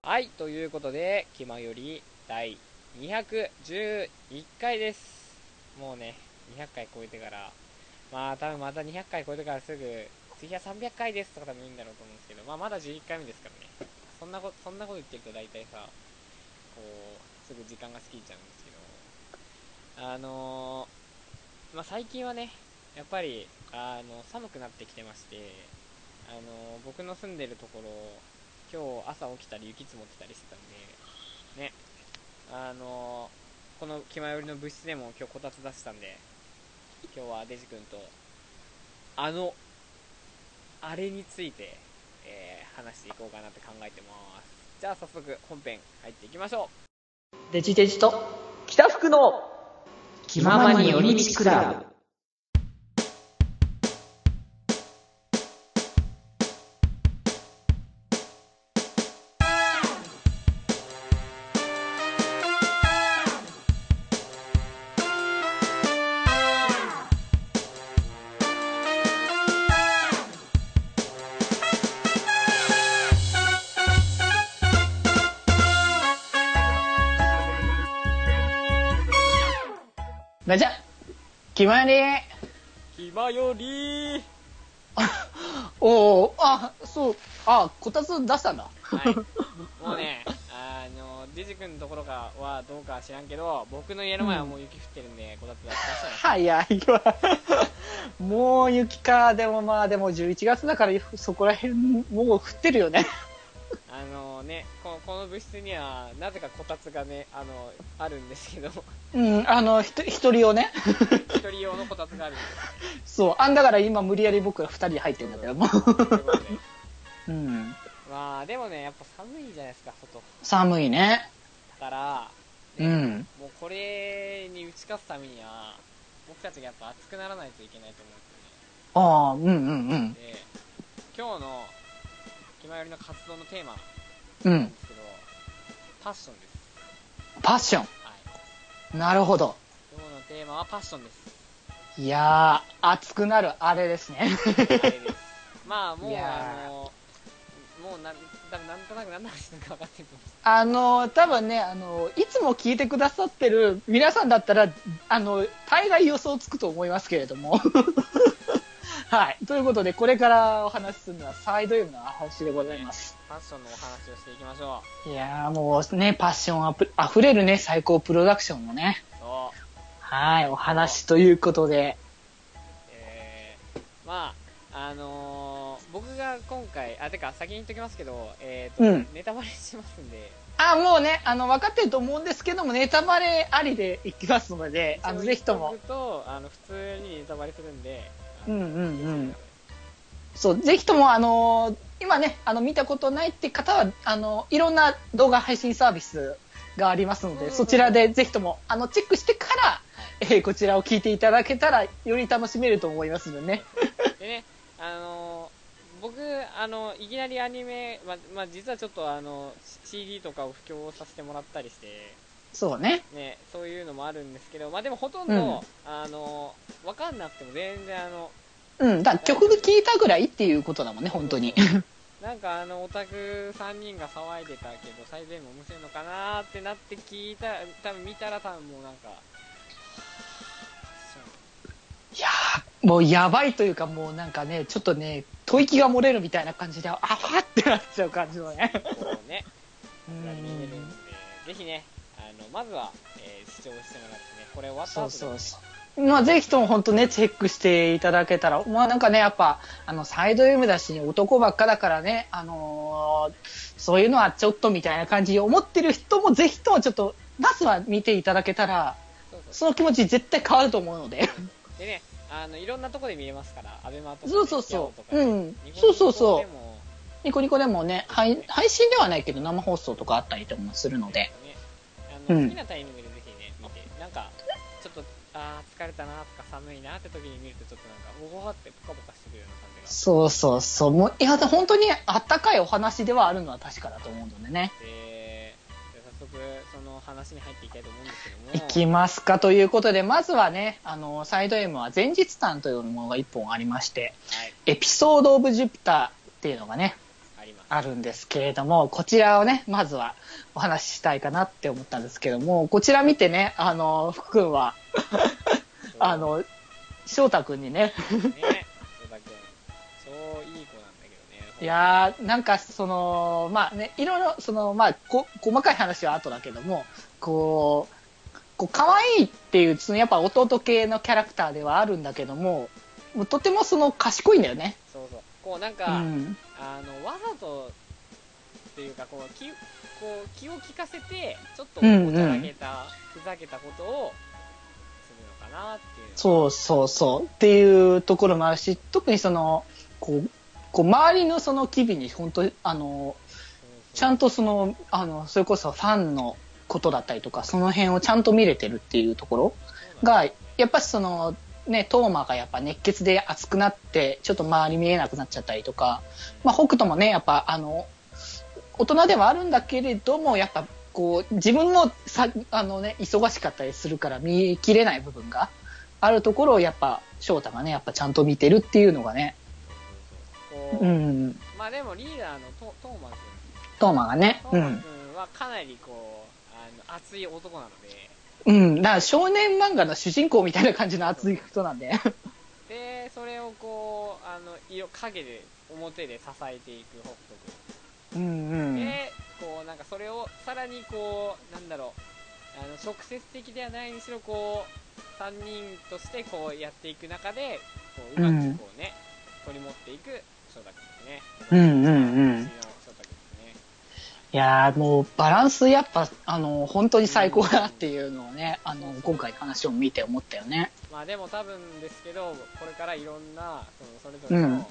はい、ということで、気まより第211回です。もうね、200回超えてから、まあ多分また200回超えてからすぐ、次は300回ですとか多分いいんだろうと思うんですけど、まだ11回目ですからね。そんなこと言ってると大体さ、こう、すぐ時間が過ぎちゃうんですけど、最近はね、やっぱり、寒くなってきてまして、僕の住んでるところ、今日朝起きたり雪積もってたりしてたんで、ね、この気まよりの部室でも今日こたつ出したんで、今日はデジ君と、あれについて、話していこうかなって考えてます。じゃあ早速本編入っていきましょう。デジデジと北福の気ままに寄り道クラブ。ガチャ気まより気まよりおお、そう、こたつ出したんだ。 はい。もうね、デジ君のところかはどうか知らんけど、僕の家の前はもう雪降ってるんで、こたつ出したの。 早いわ。もう雪か。でも11月だからそこら辺もう降ってるよね。 この部室にはなぜかこたつがね、あるんですけど。 一人用ね。 一人用のこたつがあるんです。 そう、だから今無理やり僕ら2人で入ってるんだけども。うん。 まあでもね、やっぱ寒いじゃないですか、外。 寒いね。 だから、ね、もうこれに打ち勝つためには、僕たちがやっぱ熱くならないといけないと思うんですよね。で、今日の気まよりの活動のテーマなんですけど、パッションです。 パッション。はい。なるほど。 今日のテーマはパッションです。 いやー、熱くなるあれですね。 あれです。まあもうもうなんとなく何の話なのか分かってると思うんです。多分ね、いつも聞いてくださってる皆さんだったら、大概予想つくと思いますけれども。はい。ということで、これからお話しするのはサイド M の話でございます。 パッションのお話をしていきましょう。いやー、もうね、パッションあふれるね、最高プロダクションのね。 そう。 はい、お話ということで。 僕が今回、てか先に言っときますけど、ネタバレしますんで。 もうね、分かってると思うんですけども、ネタバレありでいきますので、ぜひとも。 普通にネタバレするんで。 そう、ぜひとも、今ね、見たことないって方は、いろんな動画配信サービスがありますので、そちらでぜひとも、チェックしてから、こちらを聞いていただけたら、より楽しめると思いますのでね。 でね、僕、いきなりアニメ、実はちょっとCD とかを布教させてもらったりして、 そうね。 ね、そういうのもあるんですけど、でもほとんど、わかんなくても全然だ曲聴いたぐらいっていうことだもんね、本当に。 なんかオタク3人が騒いでたけど、サイド M 面白いのかなーってなって聞いた、多分見たら多分もうなんか、 いやー、もうやばいというか、もうなんかね、ちょっとね、吐息が漏れるみたいな感じで、ファってなっちゃう感じのね。 そうね。見れるんで、ぜひね、まずは、視聴してもらってね、これ終わった後で、 そう。ぜひとも本当ね、チェックしていただけたら、なんかね、やっぱ、サイド M だし、男ばっかだからね、そういうのはちょっとみたいな感じに思ってる人も、ぜひともちょっと、まずは見ていただけたら、その気持ち絶対変わると思うので。 でね、いろんなとこで見れますから、アベマとか、 そう。ニコニコでもね、配信ではないけど、生放送とかあったりとかもするので。 好きなタイミングでぜひね、見て、なんか、ちょっと、疲れたなとか寒いなって時に見ると、ちょっとなんか、おわーってポカポカしてくるような感じが。 そう。もう、いや、本当にあったかいお話ではあるのは確かだと思うのでね。 早速、その話に入っていきたいと思うんですけども。 いきますかということで、まずはね、サイド M は前日談というものが1本ありまして、はい、エピソードオブジュピターっていうのがね、 あります。 あるんですけれども、こちらをね、まずはお話ししたいかなって思ったんですけども、こちら見てね、福君は、翔太君にね、 ね、翔太君、超いい子なんだけどね。 いやー、なんかまあね、いろいろ、まあ、細かい話は後だけども、可愛いっていう、やっぱ弟系のキャラクターではあるんだけども、とても賢いんだよね。 そうそう。こうなんか、わざとっていうか、気を利かせて、ちょっとおちゃらけた、ふざけたことをするのかなっていう。 そう。っていうところもあるし、特に周りの機微に本当に、ちゃんとそれこそファンのことだったりとか、その辺をちゃんと見れてるっていうところが、やっぱりね、トーマがやっぱ熱血で熱くなって、ちょっと周り見えなくなっちゃったりとか、まあ、北斗もね、やっぱ大人ではあるんだけれども、やっぱ自分も忙しかったりするから見切れない部分があるところをやっぱ翔太がね、やっぱちゃんと見てるっていうのがね、 まあでもリーダーのトーマがね、 トーマ君はかなり熱い男なので、 だから少年漫画の主人公みたいな感じの熱い人なんで。 で、それを影で、表で支えていく北斗君。で、なんかそれをさらになんだろう、直接的ではないにしろ、3人としてやっていく中で、うまくね、取り持っていく翔太君ですね。 いやー、もうバランスやっぱ本当に最高だなっていうのをね、今回の話を見て思ったよね。 まあでも多分ですけど、これからいろんなそれぞれの、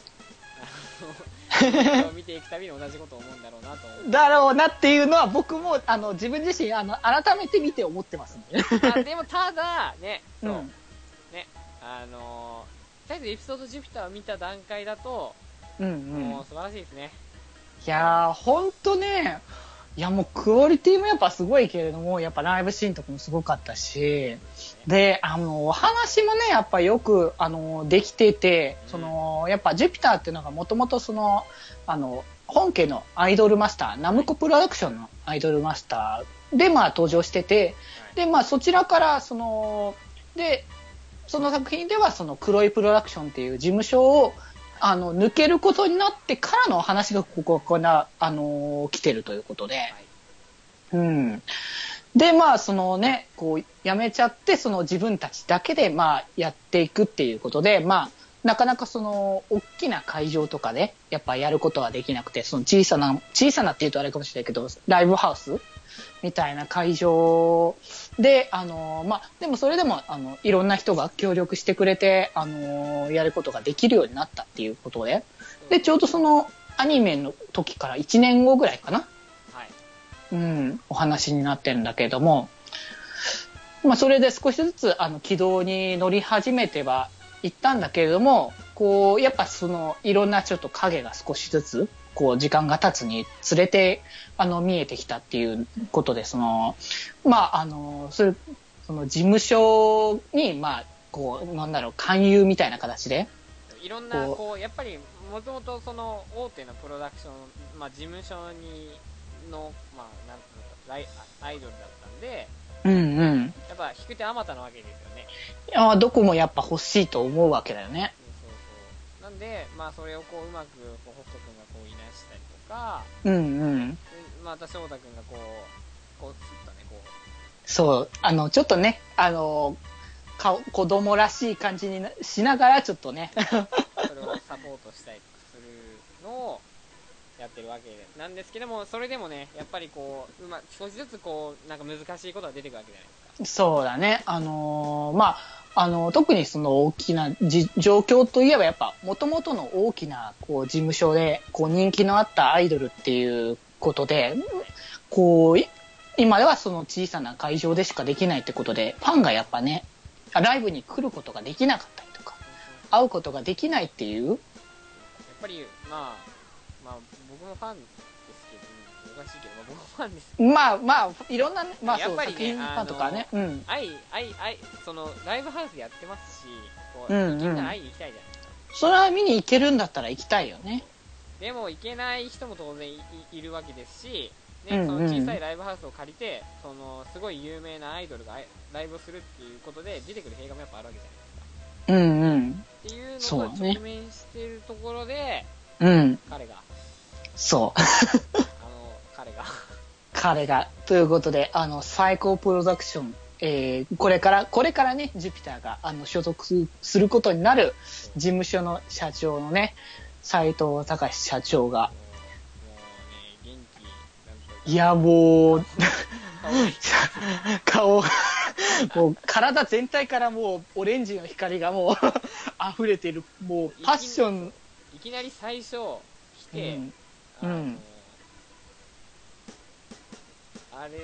を見ていくたびに同じことを思うんだろうなと思う。 だろうなっていうのは僕も自分自身改めて見て思ってますね。 でもただね、そう、ね、とりあえずエピソードジュピターを見た段階だと、もう素晴らしいですね。 いやー、ほんとね、いやもうクオリティもやっぱすごいけれども、やっぱライブシーンとかもすごかったし、で、お話もね、やっぱよく、できてて、やっぱジュピターっていうのがもともと本家のアイドルマスター、ナムコプロダクションのアイドルマスターで、まあ登場してて、で、まあそちらから、で、その作品では黒いプロダクションっていう事務所を、抜けることになってからの話がここから、来てるということで、で、まあ、辞めちゃって、自分たちだけで、まあ、やっていくっていうことで、まあ、なかなか大きな会場とかで、やっぱやることはできなくて、小さなっていうとあれかもしれないけど、ライブハウスみたいな会場で、まあ、でもそれでも、いろんな人が協力してくれて、やることができるようになったっていうことで、で、ちょうどアニメの時から1年後ぐらいかな。お話になってるんだけれども、まあ、それで少しずつ、軌道に乗り始めてはいったんだけれども、やっぱいろんなちょっと影が少しずつ、時間が経つにつれて見えてきたっていうことで、まあ事務所にまあなんだろう、勧誘みたいな形でいろんなやっぱりもともと大手のプロダクション、まあ、事務所のまあなんていうかアイドルだったんで、やっぱ引く手あまたなわけですよね。 いや、どこもやっぱ欲しいと思うわけだよね。 なんで、まあそれをうまく北斗君がいなしたりとか、また翔太君がつっとねそう、ちょっとね、子供らしい感じにしながらちょっとね、 それをサポートしたりするのをやってるわけなんですけども、それでもね、やっぱり少しずつなんか難しいことが出てくるわけじゃないですか。 そうだね。まあ、特に大きな状況といえば、やっぱ元々の大きな事務所で人気のあったアイドルっていうことで、今では小さな会場でしかできないってことで、ファンがやっぱね、ライブに来ることができなかったりとか、会うことができないっていう。やっぱりまあ僕もファンですけど、おかしいけど、僕もファンです。 まあいろんな、まあやっぱりね、 ファンとかね、 ライブハウスでやってますし、行けたら会いに行きたいじゃないですか。 それは見に行けるんだったら行きたいよね。 でも行けない人も当然 いるわけですし、ね、 うんうんその小さいライブハウスを借りて、そのすごい有名なアイドルがライブをするっていうことで出てくる映画もやっぱあるわけじゃないですか。 うんうん。 っていうのそうねと直面しているところで、 うん。 彼がそう。彼が。ということで、最高プロダクション、これからね、ジュピターが、所属することになる事務所の社長のね、斉藤隆社長が、 もうね、元気、 いや、もう、顔、もう体全体からもうオレンジの光がもう溢れてる、もうパッション。 いきなり最初来て、 うん。 あれ、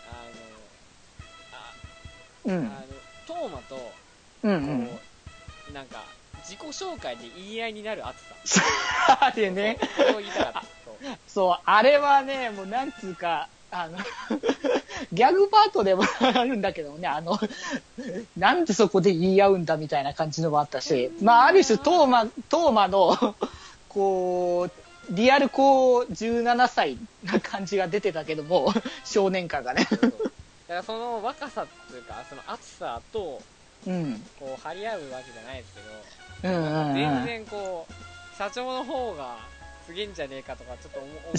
うん。 トーマと、 うんうん、 こう、なんか、自己紹介で言い合いになる熱さ。あれね。 そう言いたかった。 そう、あれはね、もうなんつうか、ギャグパートでもあるんだけどね、なんでそこで言い合うんだみたいな感じのもあったし、まあ、ある種、トーマの、こう、リアルこう、17歳な感じが出てたけども、少年感がね。 だからその若さっていうか、その熱さと、 うん、 こう、張り合うわけじゃないですけど、 うんうんうん、 全然こう、社長の方がすげえんじゃねえかとか、ちょっと思える。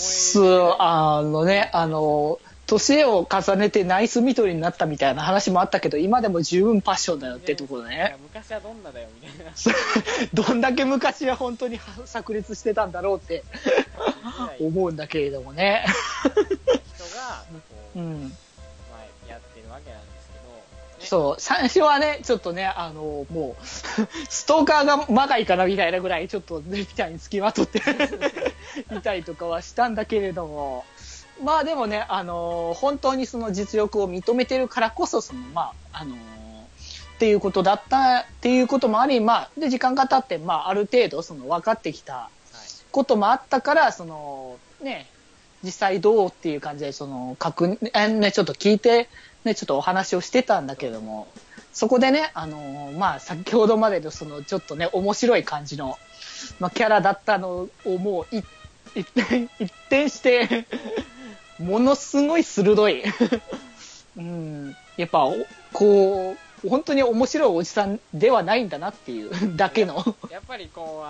そう、年を重ねてナイスミドリになったみたいな話もあったけど、今でも十分パッションだよってところね。 昔はどんなだよみたいな。 どんだけ昔は本当に炸裂してたんだろうって思うんだけれどもね。 人がこう、 うん、 まあ、やってるわけなんですけど、ね、 そう、最初はね、ちょっとね、もう、ストーカーがまがいかなみたいなぐらい、ちょっとみたいに付きまとっていたりとかはしたんだけれども、まあでもね、本当にその実力を認めてるからこそ、まあ、っていうことだったっていうこともあり、まあ、で、時間が経って、まあ、ある程度、分かってきたこともあったから、ね、実際どうっていう感じで、ね、ちょっと聞いて、ね、ちょっとお話をしてたんだけれども、そこでね、まあ、先ほどまでのちょっとね、面白い感じの、まあ、キャラだったのをもう一転してものすごい鋭い、うん、やっぱこう本当に面白いおじさんではないんだなっていうだけのやっぱりこ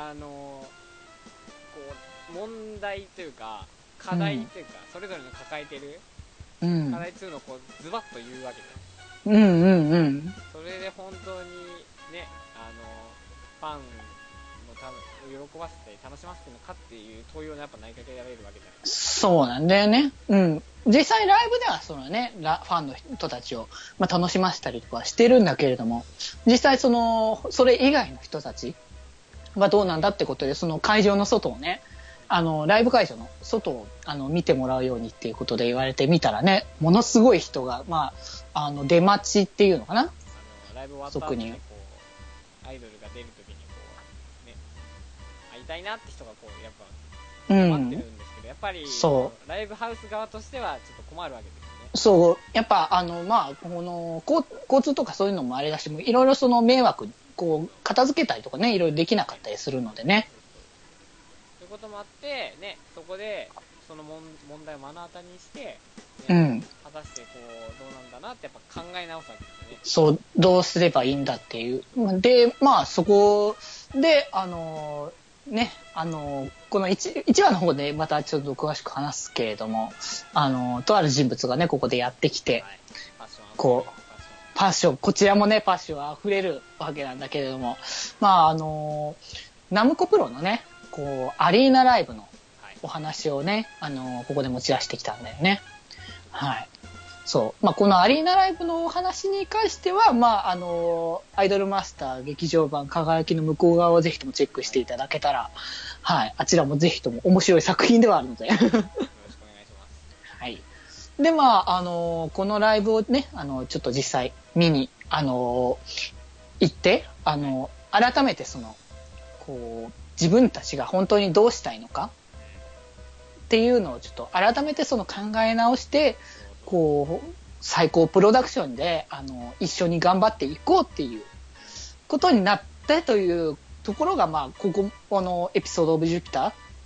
う問題というか課題というか、それぞれの抱えてる課題っていうのをこうズバッと言うわけじゃないですか。それで本当にね、ファンの喜ばせて楽しませてるのかっていう問いをやっぱ投げかけられるわけじゃないですか。 そうなんだよね。うん。実際ライブではファンの人たちを、まあ、楽しませたりとかしてるんだけれども、実際それ以外の人たちはどうなんだってことで、その会場の外をね、ライブ会場の外を見てもらうようにっていうことで言われてみたらね、ものすごい人が、まあ、出待ちっていうのかな。 ライブ終わった後にこうアイドルが出るときにこう、ね、会いたいなって人がこうやっぱ待ってるんですけど、やっぱりライブハウス側としてはちょっと困るわけですよね。 そう、やっぱまあ、交通とかそういうのもあれだし、いろいろその迷惑こう片付けたりとかね、いろいろできなかったりするのでね。 ということもあってね、そこでその問題を目の当たりにして、 ね、 果たしてこうどうなんだなってやっぱ考え直すわけですよね。 そう、どうすればいいんだっていう。で、まあそこでね、この 1話の方でまたちょっと詳しく話すけれども、とある人物がね、ここでやってきて、こう、パッション、こちらもね、パッション溢れるわけなんだけれども、まあナムコプロのね、こう、アリーナライブのお話をね、ここで持ち出してきたんだよね。はい。そう。まあ、このアリーナライブのお話に関しては、まあ、アイドルマスター劇場版輝きの向こう側をぜひともチェックしていただけたら、はい。あちらもぜひとも面白い作品ではあるので。よろしくお願いします。はい。で、まあ、このライブをね、ちょっと実際見に、行って、改めてこう、自分たちが本当にどうしたいのかっていうのをちょっと改めて考え直して、こう最高プロダクションで一緒に頑張っていこうっていうことになってというところが、まあ、このエピソードオブジュピタ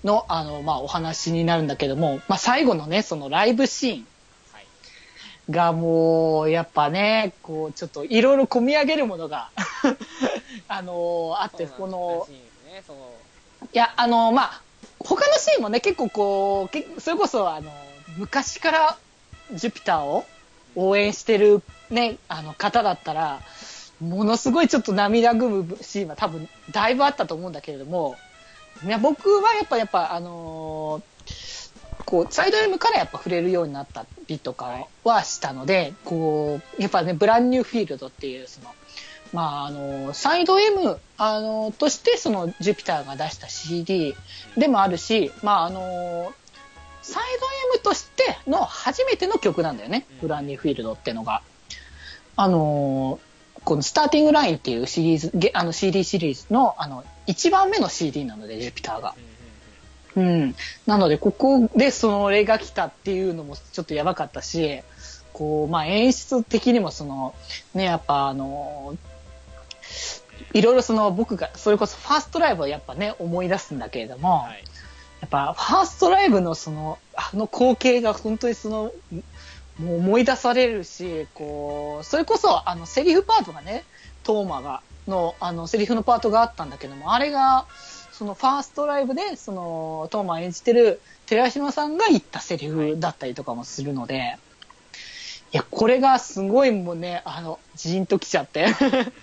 の、まあ、お話になるんだけども、まあ、最後のね、そのライブシーンがもう、やっぱね、こう、ちょっといろいろ込み上げるものがあって、この、いや、まあ、他のシーンもね、結構こう、それこそ、昔からジュピターを応援してるね、方だったら、ものすごいちょっと涙ぐむシーンは多分、だいぶあったと思うんだけれども、いや僕はやっぱ、こう、サイド M からやっぱ触れるようになったりとかはしたので、こう、やっぱね、ブランニューフィールドっていう、その、まあ、サイド M、として、その、ジュピターが出した CD でもあるし、まあ、サイド M としての初めての曲なんだよね、ブランニューフィールドってのが。このスターティングラインっていうシリーズ、CD シリーズの、1番目の CD なので、ジュピターが。うん。なので、ここでそれが来たっていうのもちょっとやばかったし、こう、まあ、演出的にもその、ね、やっぱいろいろその僕が、それこそファーストライブをやっぱね、思い出すんだけれども、はい、やっぱファーストライブのその、光景が本当にその、もう思い出されるし、こう、それこそセリフパートがね、トーマが、セリフのパートがあったんだけども、あれが、そのファーストライブで、その、トーマを演じてる寺島さんが言ったセリフだったりとかもするので、いや、これがすごいもうね、ジーンときちゃって。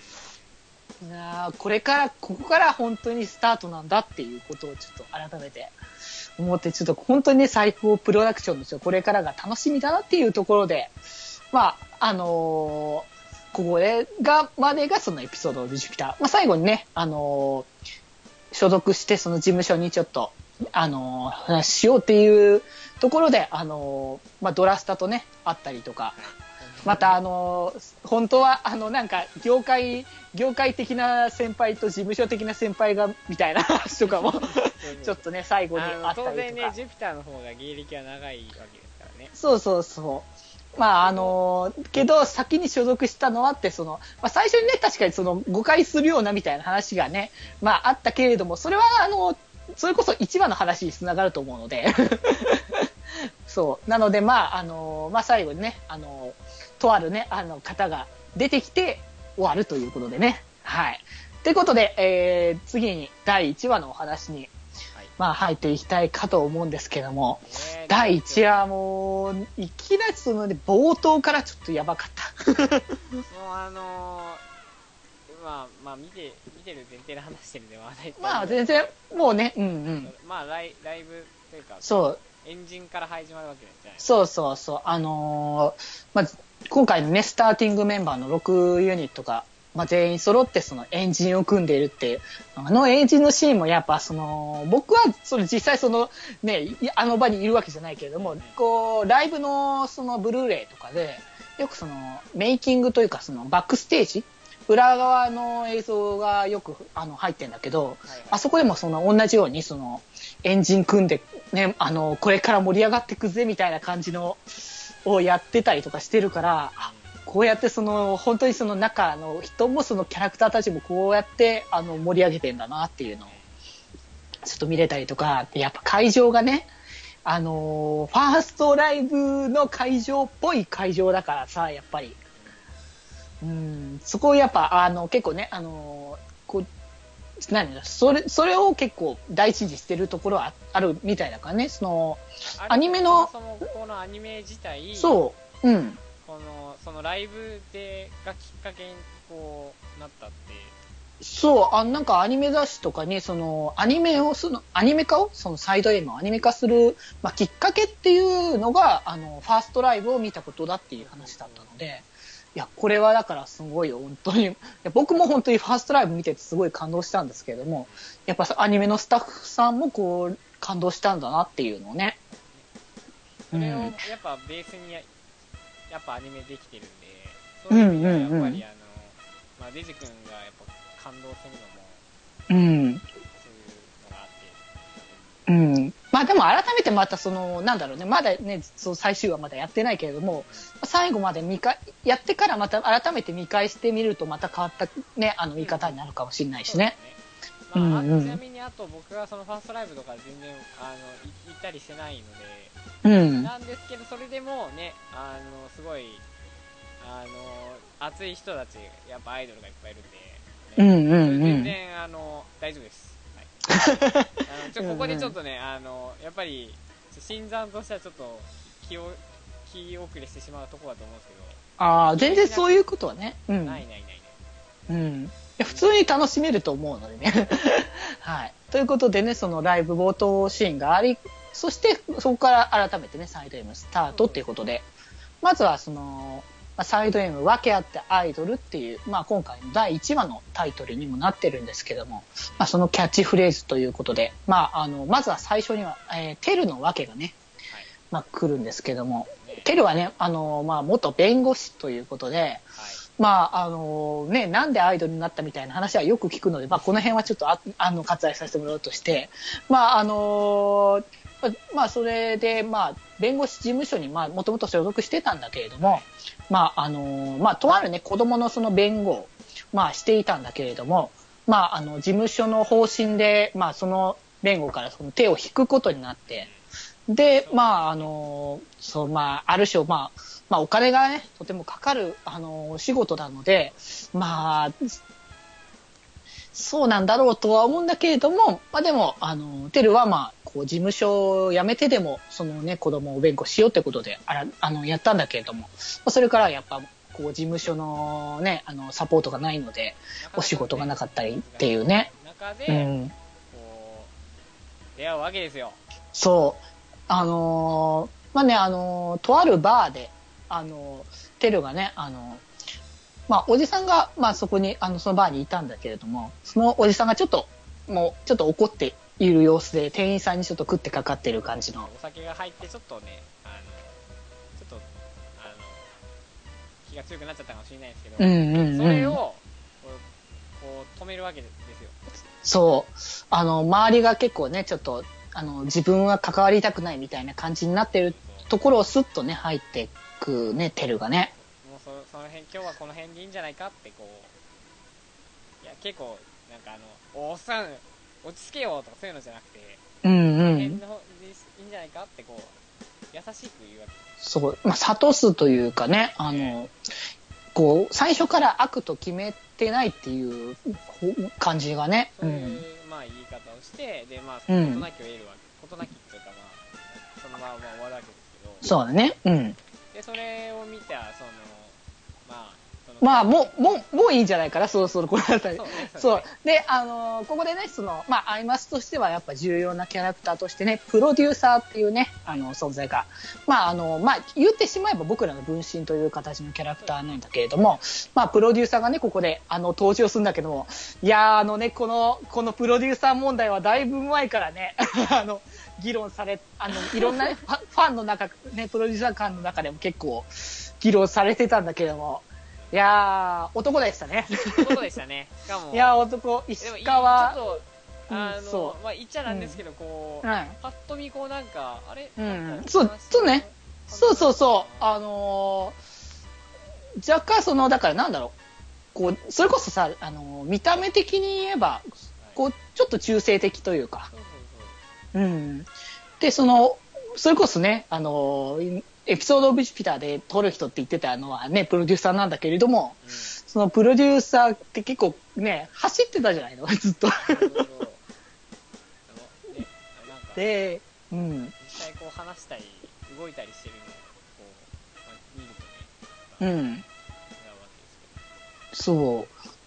ここから本当にスタートなんだっていうことをちょっと改めて思って、ちょっと本当にね、最高プロダクションのこれからが楽しみだなっていうところで、まあ、ここまでがそのエピソードオブジュピター。まあ、最後にね、所属してその事務所にちょっと、話しようっていうところで、まあ、ドラスタとね、あったりとか、また本当はなんか業界的な先輩と事務所的な先輩がみたいな話とかもちょっとね最後にあったりとか。 当然ねジュピターの方が芸歴は長いわけですからね。 そうまあけど先に所属したのはってその、まあ、最初にね確かにその誤解するようなみたいな話がねまああったけれども、それはそれこそ一話の話につながると思うのでそうなのでまあまあ最後にねとあるね、方が出てきて終わるということでね。はい。ということで、次に第1話のお話に、はい、まあ入っていきたいかと思うんですけども、第1話も、いきなりそのね、冒頭からちょっとやばかった。もうまあ見てる前提で話してるんで、 まあ全然、もうね、うんうん。 まあライブというか、 そう。 エンジンから始まるわけじゃない。 そう。まあ今回のね、スターティングメンバーの6ユニットが、まあ、全員揃ってそのエンジンを組んでいるっていう、エンジンのシーンもやっぱ僕は実際ね、場にいるわけじゃないけれども、こう、ライブのブルーレイとかで、よくメイキングというかバックステージ裏側の映像がよく入ってんだけど、あそこでも同じようにエンジン組んでね、これから盛り上がってくぜみたいな感じの、をやってたりとかしてるから、こうやって本当に中の人もキャラクターたちもこうやって盛り上げてんだなっていうのをちょっと見れたりとか、やっぱ会場がね、ファーストライブの会場っぽい会場だからさ、やっぱり。そこをやっぱ結構ね、こう、それを結構大事にしてるところはあるみたいだからね、アニメのこのアニメ自体、 そう、 そのライブがきっかけにこうなったって。 そう、なんかアニメ雑誌とかにアニメ化をサイド M をアニメ化する、まあ、きっかけっていうのがファーストライブを見たことだっていう話だったので。いや、これはだからすごいよ、本当に。いや僕も本当にファーストライブ見ててすごい感動したんですけれども、やっぱアニメのスタッフさんもこう、感動したんだなっていうのをね。 それをやっぱベースにやっぱアニメできてるんで、そういう意味ではやっぱりまあ、デジ君がやっぱ感動するのも、そういうのがあって。 まあでも改めてまたなんだろうね、まだね、最終話まだやってないけれども、最後までやってからまた改めて見返してみるとまた変わったね、見方になるかもしれないしね。 まあ、 うんうん、 ちなみにあと僕はそのファーストライブとか全然行ったりしてないので、 うん、 なんですけど、それでもね、すごい熱い人たち、やっぱアイドルがいっぱいいるんで、ね、 うん、うん、うん。 それ全然大丈夫です、はい、ここでちょっとね、やっぱり新参としてはちょっと気遅れしてしまうところだと思うんですけど、 ああ、全然そういうことはね。うん。 ないないないない。 うん。いや普通に楽しめると思うのでね。はい。ということでね、そのライブ冒頭シーンがあり、そしてそこから改めてね、サイド M スタートっていうことで、まずはその、サイド M 分け合ってアイドルっていう、まあ今回の第1話のタイトルにもなってるんですけども、まあそのキャッチフレーズということで、まあまずは最初には、テルのわけがね、まあ来るんですけども、テルはね、まあ元弁護士ということで、まあね、なんでアイドルになったみたいな話はよく聞くので、まあ、この辺はちょっと割愛させてもらうとして、まあまあ、それで、まあ、弁護士事務所にもともと所属してたんだけれども、まあまあ、とあるね子供のその弁護を、まあ、していたんだけれども、まあ、事務所の方針で、まあ、その弁護からその手を引くことになって、で、まあそう、まあ、ある種、まあ、お金がね、とてもかかる、仕事なので、まあ、そうなんだろうとは思うんだけれども、まあでも、テルはまあ、こう、事務所を辞めてでも、そのね、子供を弁護しようってことで、やったんだけれども、それからやっぱ、こう、事務所のね、サポートがないので、お仕事がなかったりっていうね。 中で、 うん。 こう、出会うわけですよ。 そう。まあね、とあるバーで、テルがね、まあ、おじさんが、まあ、そこに、そのバーにいたんだけれども、そのおじさんがちょっと怒っている様子で、店員さんにちょっと食ってかかってる感じの。 お酒が入って、ちょっとね、ちょっと、気が強くなっちゃったかもしれないですけど、 うんうんうん。 それを、こう、止めるわけですよ。 そう。周りが結構ね、ちょっと、自分は関わりたくないみたいな感じになってるところをスッとね、入ってくね、テルがね。 もうその辺、今日はこの辺でいいんじゃないかって、こう、いや、結構、なんかおっさん、落ち着けよとかそういうのじゃなくて、 うんうん。 この辺のでいいんじゃないかって、こう、優しく言うわけ。 そう、まあ、諭すというかね、こう、最初から悪と決めてないっていう感じがね。 そういう、まあ、言い方をして、で、まあ、事なきを得るわけ。事なきっていうか、まあ、そのまま終わるわけですけど。 そうだね。うん。 で、それを見た、まあ、 まあ、もういいんじゃないかな、そろそろこの辺り。そう。で、ここでね、まあ、アイマスとしてはやっぱ重要なキャラクターとしてね、プロデューサーっていうね、存在が。まあ、まあ、言ってしまえば僕らの分身という形のキャラクターなんだけれども、まあ、プロデューサーがね、ここで、登場するんだけども、いやー、ね、このプロデューサー問題はだいぶ前からね、議論され、いろんなね、ファンの中、ね、プロデューサー間の中でも結構、議論されてたんだけども、いやー、男でしたね。 男でしたね。しかも。 いやー、男、石川。 ちょっと、まあ、言っちゃなんですけど、こう、パッと見、こう、なんか、あれそうね。そうそうそう。若干だからなんだろう。こう、それこそさ、見た目的に言えば、こう、ちょっと中性的というか。うん。で、それこそね、エピソードオブジュピターで撮る人って言ってたのはね、プロデューサーなんだけれども、そのプロデューサーって結構ね、走ってたじゃないの、ずっと。で、 実際こう話したり、動いたりしてるのを、こう、見るとね、 そう。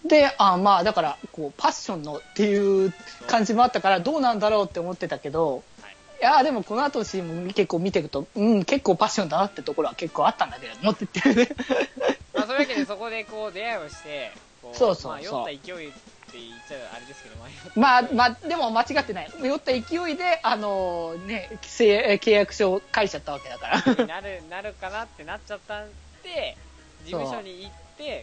で、まあ、だから、こう、パッションのっていう感じもあったから、どうなんだろうって思ってたけど、いやでもこの後のシーンも結構見ていくと、結構パッションだなってところは結構あったんだけど、思ってってね。 まあ、そういうわけでそこでこう出会いをして、 そうそうそう。 まあ、酔った勢いって言っちゃあれですけど、 まあ、でも間違ってない。酔った勢いで、ね、契約書を書いちゃったわけだから。 なるかなってなっちゃったんで、事務所に行って、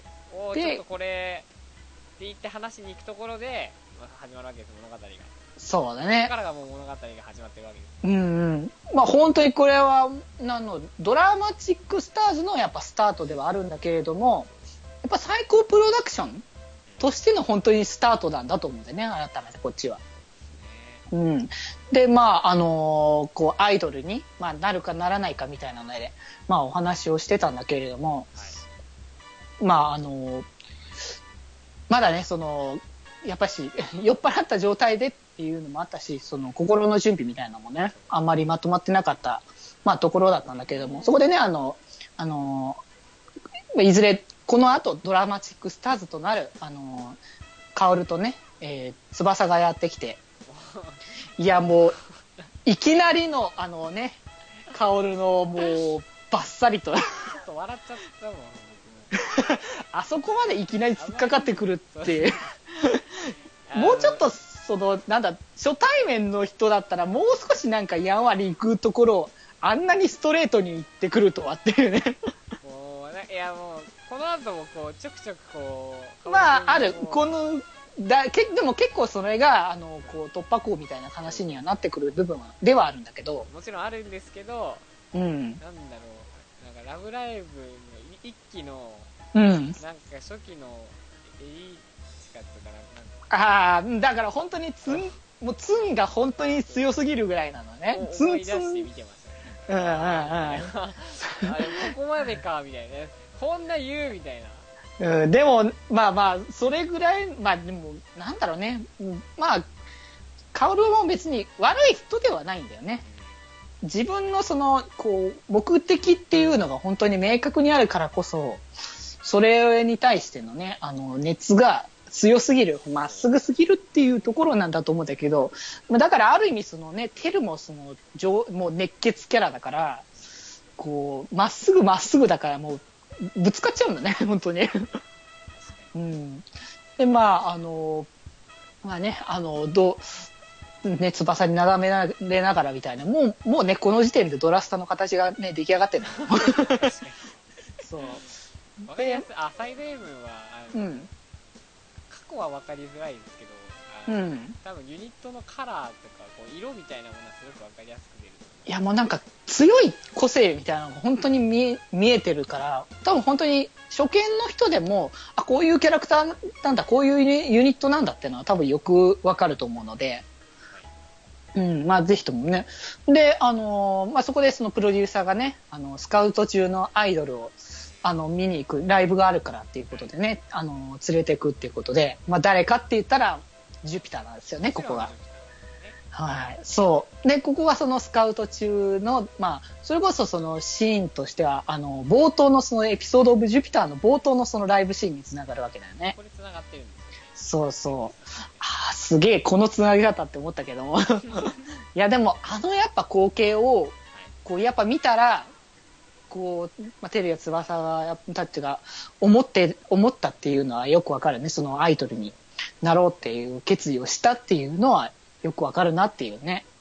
ちょっとこれ、って言って話しに行くところで、まあ、始まるわけです、物語が。 そうだね。 だからもう物語が始まってるわけです。 うんうん。まあ本当にこれは、ドラマチックスターズのやっぱスタートではあるんだけれども、やっぱ最高プロダクションっとしての本当にスタートなんだと思うんだよね、改めてこっちは。うん。で、まあ、こう、アイドルに、まあ、なるかならないかみたいなので、まあ、お話をしてたんだけれども、まあ、まだね、やっぱし、酔っ払った状態でっていうのもあったし、心の準備みたいなのもね、あんまりまとまってなかった、まあ、ところだったんだけれども、そこでね、いずれ、この後、ドラマチックスターズとなる、薫とね、翼がやってきて、いや、もう、いきなりの、薫の、もう、バッサリと。 ちょっと笑っちゃったもん、 あそこまでいきなり突っかかってくるって、もうちょっと、なんだ、初対面の人だったら、もう少しなんかやんわり行くところを、あんなにストレートに行ってくるとはっていうね。 もう、いやもう、この後もこう、ちょくちょくこう、 まあ、ある。でも結構それが、こう、突破口みたいな話にはなってくる部分ではあるんだけど。 もちろんあるんですけど、 うん。 なんだろう、なんかラブライブの一期の、 うん。 なんか初期のエリチカとかああ、だから本当にもうツンが本当に強すぎるぐらいなのね。ツ思いンツン。 出して見てましたね。 あれここまでかみたいな、こんな言うみたいな。 でもまあまあそれぐらい、まあでもなんだろうね、まあ薫も別に悪い人ではないんだよね。自分のこう目的っていうのが本当に明確にあるからこそ、それに対してのね、熱が強すぎる、まっすぐすぎるっていうところなんだと思うんだけど、だからある意味テルももう熱血キャラだから、こう、まっすぐだからもう、ぶつかっちゃうんだね、本当に。うん。で、まあ、まあね、翼に眺められながらみたいな、もうね、この時点でドラスタの形がね、出来上がってるの。そう。 わかりやすい。サイド M は、 うん。 過去はわかりづらいですけど、多分ユニットのカラーとか、こう色みたいなものはすごくわかりやすく出る。 いや、もうなんか強い個性みたいなのが本当に見えてるから、多分本当に初見の人でも、こういうキャラクターなんだ、こういうユニットなんだっていうのは多分よくわかると思うので、まあぜひともね。で、まあそこでそのプロデューサーがね、スカウト中のアイドルを、見に行くライブがあるからっていうことでね、連れて行くっていうことで、まあ誰かって言ったら、ジュピターなんですよね、ここが。はい。そう。で、ここがそのスカウト中の、まあ、それこそそのシーンとしては、冒頭のそのエピソードオブジュピターの冒頭のそのライブシーンにつながるわけだよね。 これつながってるんです。 そうそう。すげえ、このつなぎ方って思ったけども。いや、でも、やっぱ光景を、こう、やっぱ見たら、こう、まあ、テルや翼たちが思ったっていうのはよくわかるね。そのアイドルになろうっていう決意をしたっていうのはよくわかるなっていうね。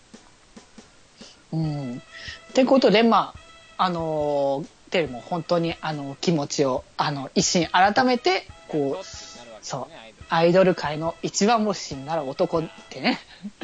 ってことで、まあ、テルも本当に気持ちを、一心改めて、こう、そう、アイドル界の一番星になる男ってね。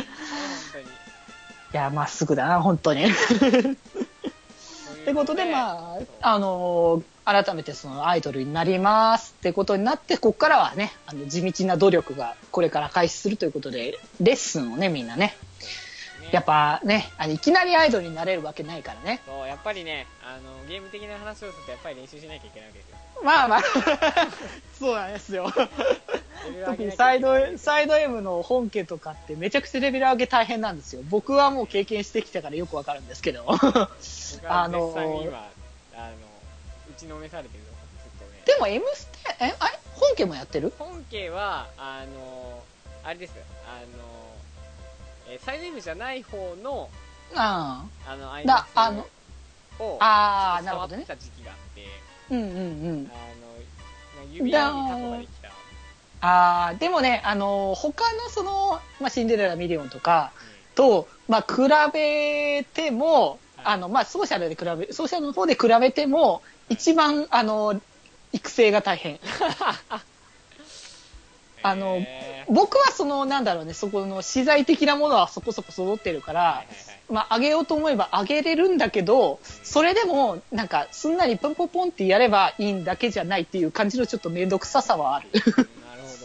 いや、まっすぐだな、本当に。ってことで、まあ、改めてそのアイドルになりますってことになって、ここからはね、地道な努力がこれから開始するということで、レッスンをね、みんなね、やっぱね、いきなりアイドルになれるわけないからね。 そう、やっぱりね、ゲーム的な話をすると、やっぱり練習しなきゃいけないわけですよ。 まあまあ、そうなんですよ。特にサイド M の本家とかってめちゃくちゃレベル上げ大変なんですよ。僕はもう経験してきたからよくわかるんですけど。 僕は絶賛に今、打ちのめされてるの、ずっとね。 でも M ステ、あれ本家もやってる？ 本家は、あれです。サイド M じゃない方の、アイドルを、 なるほどね。 触った時期があって、 指輪にタコができた。 でもね、他のまあ、シンデレラミリオンとかと、まあ、比べても、まあ、ソーシャルの方で比べても、一番、育成が大変。僕はなんだろうね、そこの資材的なものはそこそこ揃ってるから、まあ、上げようと思えば上げれるんだけど、それでも、なんか、すんなりポンポンポンってやればいいんだけじゃないっていう感じのちょっとめんどくささはある。 なるほど。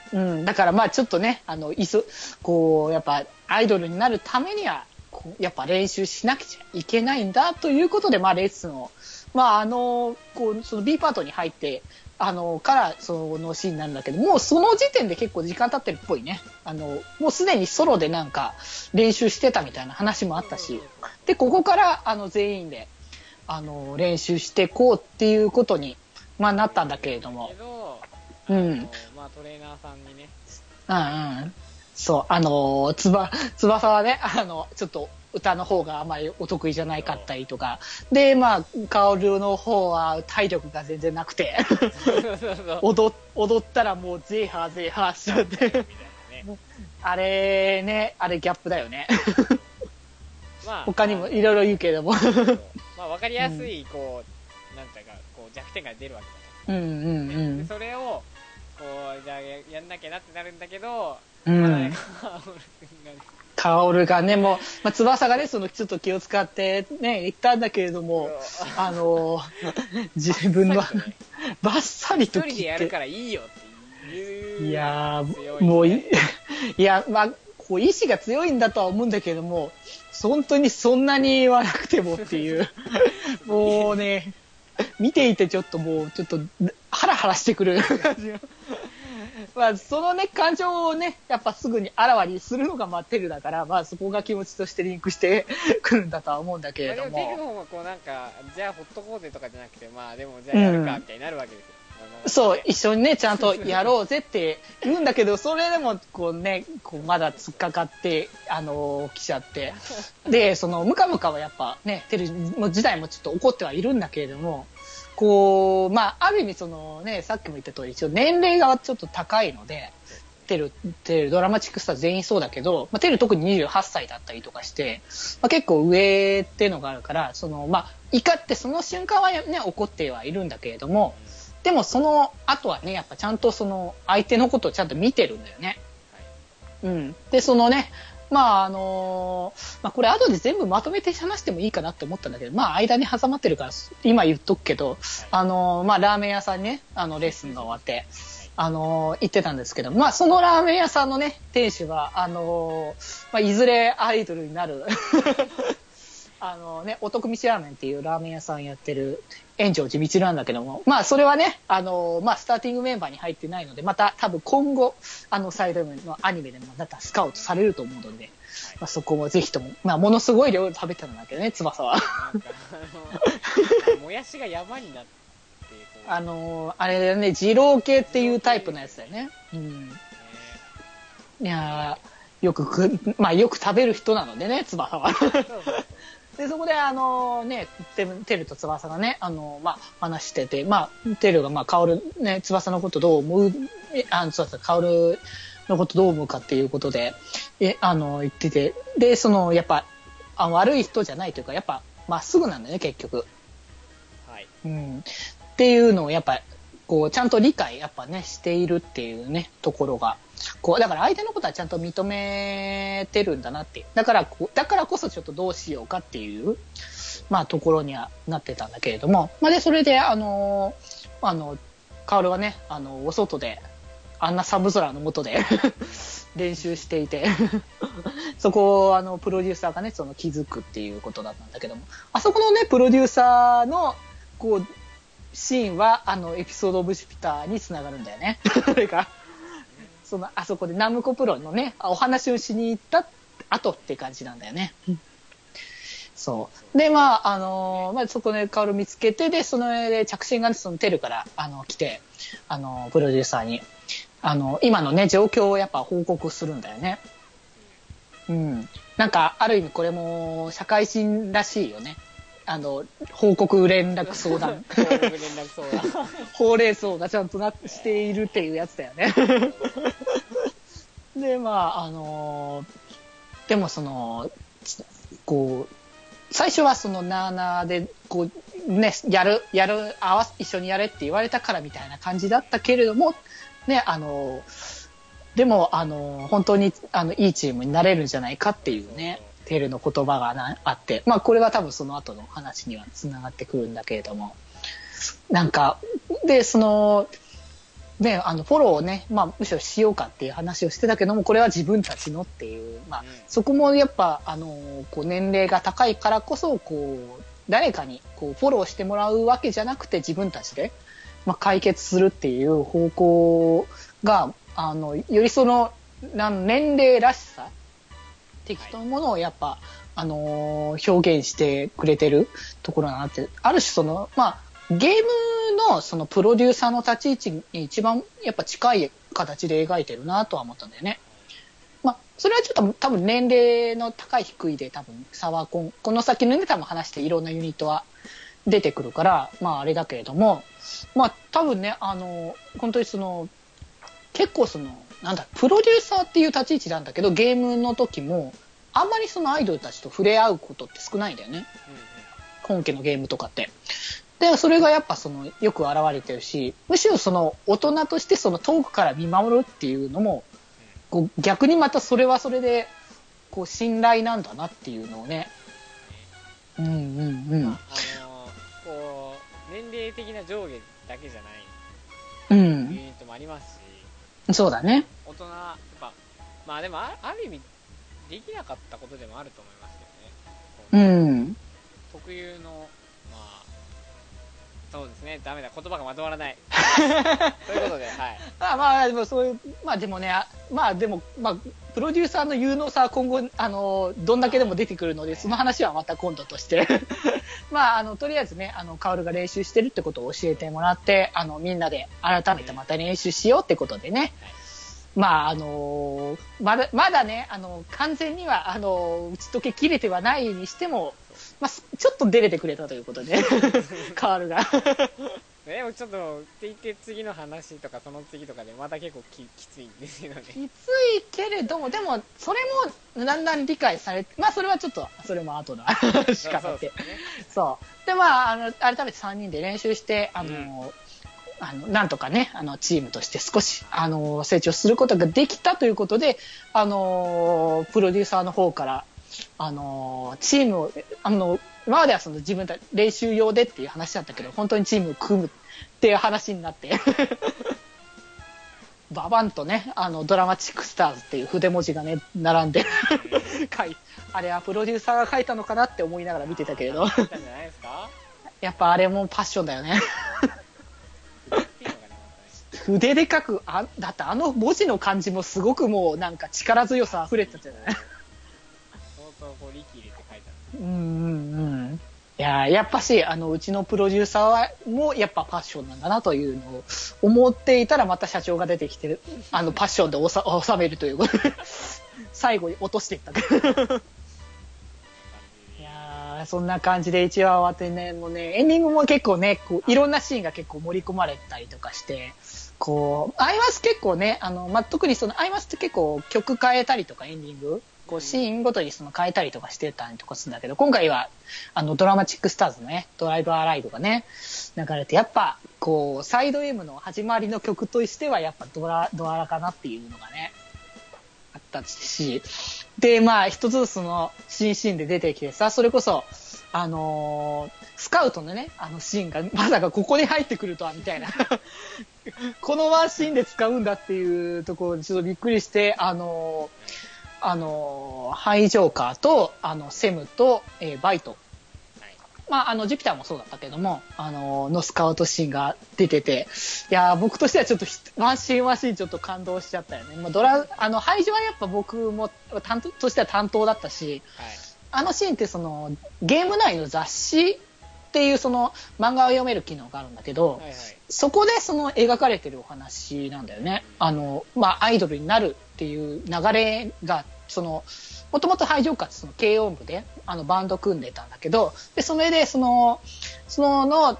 うん、だからまあちょっとね、こう、やっぱアイドルになるためには、こうやっぱ練習しなくちゃいけないんだということで、まあレッスンを、まあこう、その B パートに入って、からそのシーンなんだけど、もうその時点で結構時間経ってるっぽいね。もうすでにソロでなんか練習してたみたいな話もあったし、で、ここから全員で、練習していこうっていうことに、まあなったんだけれども。うん。 まあトレーナーさんにね。 うんうん。そう、翼はね、ちょっと歌の方があまりお得意じゃないかったりとか。で、まあ、薫の方は体力が全然なくて、踊ったらもうゼーハーゼーハーしちゃって。あれね、あれギャップだよね。まあ、他にもいろいろ言うけれども。 まあ、わかりやすい、こう、なんていうか、こう弱点が出るわけだと。 うんうんうん。 でそれを、こう、じゃあやんなきゃなってなるんだけど、 うん。薫がね、もう、まあ、翼がね、ちょっと気を使ってね、言ったんだけれども、自分の、バッサリと一人でやるからいいよっていう。 いやー、もういや、まあ、こう、意志が強いんだとは思うんだけれども、本当にそんなに言わなくてもっていう、もうね、見ていてちょっともう、ちょっと、ハラハラしてくる感じまあ、そのね、感情をね、やっぱすぐにあらわにするのが、まあ、テルだから、まあ、そこが気持ちとしてリンクしてくるんだとは思うんだけれども。 まあ、でもテルの方はこうなんか、じゃあほっとこうぜとかじゃなくて、まあ、でもじゃあやるか、みたいになるわけですよ。 そう、一緒にね、ちゃんとやろうぜって言うんだけど、それでも、こうね、こうまだ突っかかって、来ちゃって。で、ムカムカはやっぱね、テル自体もちょっと怒ってはいるんだけれども、こう、まあ、ある意味さっきも言った通り、一応年齢がちょっと高いので、テル、ドラマチックスター全員そうだけど、まあ、テル特に28歳だったりとかして、まあ、結構上っていうのがあるから、まあ、怒ってその瞬間はね、怒ってはいるんだけれども、でもその後はね、やっぱちゃんと相手のことをちゃんと見てるんだよね。うん。で、まあまあこれ後で全部まとめて話してもいいかなって思ったんだけど、まあ間に挟まってるから今言っとくけど、まあラーメン屋さんにね、レッスンが終わって、行ってたんですけど、まあそのラーメン屋さんのね、店主は、まあいずれアイドルになる、ね、お得みしラーメンっていうラーメン屋さんやってる円城寺道なんだけども、まあそれはね、まあスターティングメンバーに入ってないので、また多分今後、サイドのアニメでもまたスカウトされると思うので、まあそこもぜひとも、まあものすごい量食べたんだけどね、翼は。なんかもやしが山になって、 あれだよね、二郎系っていうタイプのやつだよね。うん。いやよく食べる人なのでね、翼は。で、そこでね、テルと翼がね、まあ、話してて、まあ、テルが、まあ、薫、ね、翼のことどう思う、薫のことどう思うかっていうことで、言ってて、で、やっぱ、悪い人じゃないというか、やっぱ、まっすぐなんだよね、結局。 はい。 うん。っていうのを、やっぱ、こう、ちゃんと理解、やっぱね、しているっていうね、ところが、こう、だから相手のことはちゃんと認めてるんだなって。だからこそちょっとどうしようかっていう、まあ、ところにはなってたんだけれども、まあ、で、それで、薫はね、お外で、あんな寒空の下で練習していてそこを、プロデューサーがね、気づくっていうことだったんだけども、あそこのね、プロデューサーの、こう、シーンは、エピソードオブジュピターにつながるんだよね。それが。あそこでナムコプロのね、お話をしに行った後って感じなんだよね。そう。で、まあ、まあ、そこで薫見つけて、で、その上で着信がね、テルから、来て、プロデューサーに、今のね、状況をやっぱ報告するんだよね。うん。なんか、ある意味これも、社会人らしいよね。報告連絡相談。 報告連絡相談。 ほうれい草がちゃんとしているっていうやつだよね。で、まあ、でもこう、最初はなーなーで、こう、ね、一緒にやれって言われたからみたいな感じだったけれども、ね、でも、本当に、いいチームになれるんじゃないかっていうね、テルの言葉があって、まあ、これは多分その後の話にはつながってくるんだけれども、なんか、で、 ね、フォローをね、まあ、むしろしようかっていう話をしてたけども、これは自分たちのっていう、まあ、そこもやっぱ、こう、年齢が高いからこそ、こう、誰かに、こう、フォローしてもらうわけじゃなくて、自分たちで、まあ、解決するっていう方向が、よりその、年齢らしさ的なものをやっぱ、表現してくれてるところだなって、ある種その、まあ、ゲームのそのプロデューサーの立ち位置に一番やっぱ近い形で描いてるなとは思ったんだよね。まあ、それはちょっと多分年齢の高い低いで多分差はこの先のね多分話していろんなユニットは出てくるから、まああれだけれども、まあ多分ね、本当にその、結構その、なんだ、プロデューサーっていう立ち位置なんだけど、ゲームの時も、あんまりそのアイドルたちと触れ合うことって少ないんだよね。本家のゲームとかって。で、それがやっぱその、よく現れてるし、むしろその、大人としてその遠くから見守るっていうのも、こう逆にまたそれはそれで、こう、信頼なんだなっていうのをね。うんうんうん。 まあ、こう、年齢的な上下だけじゃないうユん。 ニットもありますし、 そうだね。 大人、やっぱ、まあでもある意味、できなかったことでもあると思いますけどね。 うん。 特有の、まあ、そうですね、ダメだ、言葉がまとまらない。ということで、はい。 まあ、でもそういう、まあでもね、まあでも、まあ、プロデューサーの有能さは今後、どんだけでも出てくるので、その話はまた今度として。まあ、とりあえずね、カオルが練習してるってことを教えてもらって、みんなで改めてまた練習しようってことでね。まあ、まだね、完全には、打ち解けきれてはないにしても、まあ、ちょっと出れてくれたということで、カールが。 でもちょっと、って言って次の話とかその次とかでまた結構きついんですよね。 きついけれども、でも、それもだんだん理解されて、まあ、それはちょっと、それも後の仕方って。そう。で、まあ、改めて3人で練習して、なんとかね、チームとして少し、成長することができたということで、プロデューサーの方から、チームを、今まではその自分たち練習用でっていう話だったけど、本当にチームを組むっていう話になって、ババンとね、ドラマチックスターズっていう筆文字がね、並んであれはプロデューサーが書いたのかなって思いながら見てたけれど、やっぱあれもパッションだよね。筆で書く、だって文字の感じもすごくもうなんか力強さ溢れてたじゃない。 相当こう力入れて書いた。 いや、やっぱし、うちのプロデューサーもやっぱパッションなんだなというのを思っていたら、また社長が出てきて、パッションで収めるということで、最後に落としていったけど。いやそんな感じで1話終わってね、もうね、エンディングも結構ね、こういろんなシーンが結構盛り込まれたりとかして、こう、アイマス結構ね、特にそのアイマスって結構曲変えたりとかエンディング、こうシーンごとにその変えたりとかしてたりとかするんだけど、今回はドラマチックスターズのね、ドライブアライブがね、流れて、やっぱこう、サイド M の始まりの曲としてはやっぱドアラかなっていうのがね、あったし、で、まあ一つずつその新シーンで出てきてさ、それこそ、スカウトのね、シーンがまさかここに入ってくるとは、みたいな。このワンシーンで使うんだっていうところでちょっとびっくりして、ハイジョーカーと、セムと、バイト。まあ、ジュピターもそうだったけども、のスカウトシーンが出てて、いやー、僕としてはちょっとワンシーンちょっと感動しちゃったよね。まあ、ハイジョはやっぱ僕も担当としては担当だったし、あのシーンってその、ゲーム内の雑誌っていうその漫画を読める機能があるんだけど、そこでその描かれてるお話なんだよね。まあ、アイドルになるっていう流れが、もともとハイジョーカーってその軽音部でバンド組んでたんだけど、でそれでハイジョ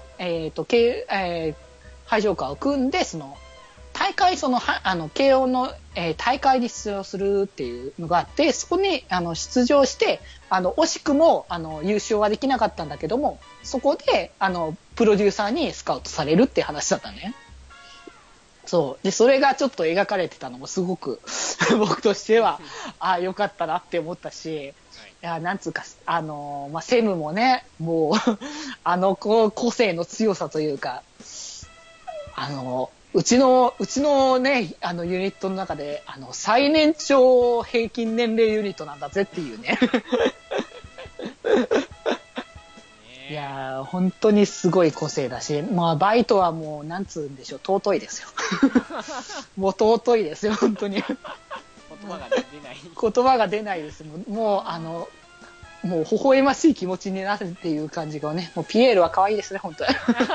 ーカーを組んで大会軽音の、大会に出場するっていうのがあって、そこに出場して惜しくも優勝はできなかったんだけども、そこでプロデューサーにスカウトされるっていう話だったね。そうで、それがちょっと描かれてたのもすごく僕としては良かったなって思ったし、いやなんつうかまあ、セムもね、もう個性の強さというかうちのね、ユニットの中で、最年長平均年齢ユニットなんだぜっていうね。いやー、本当にすごい個性だし、まあ、バイトはもう、なんつうんでしょう、尊いですよ。もう尊いですよ、本当に。 言葉が出ない。 言葉が出ないです。もう、もう微笑ましい気持ちになるっていう感じがね、もうピエールは可愛いですね、本当に。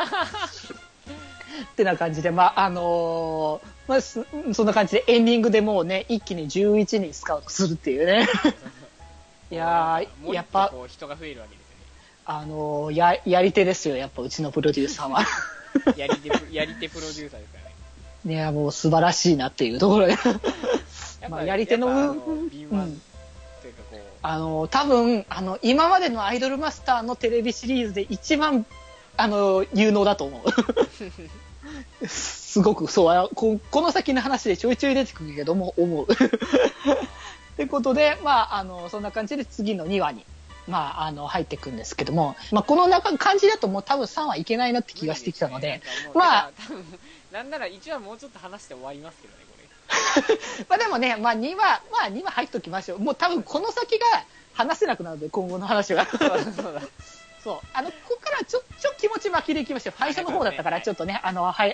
ってな感じで、まあ、まあ、そんな感じでエンディングでもうね、一気に11人スカウトするっていうね。いやー、やっぱ、 こう人が増えるわけですよね。 やり手ですよ、やっぱうちのプロデューサーは。 やり手プロデューサーですからね。 いや、もう素晴らしいなっていうところで。まあ、やり手の、 敏腕というかこう、 多分、今までのアイドルマスターのテレビシリーズで一番、有能だと思う。すごく、そう、この先の話でちょいちょい出てくるけども、思う。ってことで、まあ、そんな感じで次の2話に、まあ、入っていくんですけども、まあ、この感じだともう多分3話いけないなって気がしてきたので、まあ、 多分、なんなら1話もうちょっと話して終わりますけどね、これ。 まあでもね、まあ2話入っときましょう。もう多分この先が話せなくなるので、今後の話は。 そうだ。 そう。ここからちょ気持ち巻きでいきましょう。最初の方だったから、ちょっとね、まあ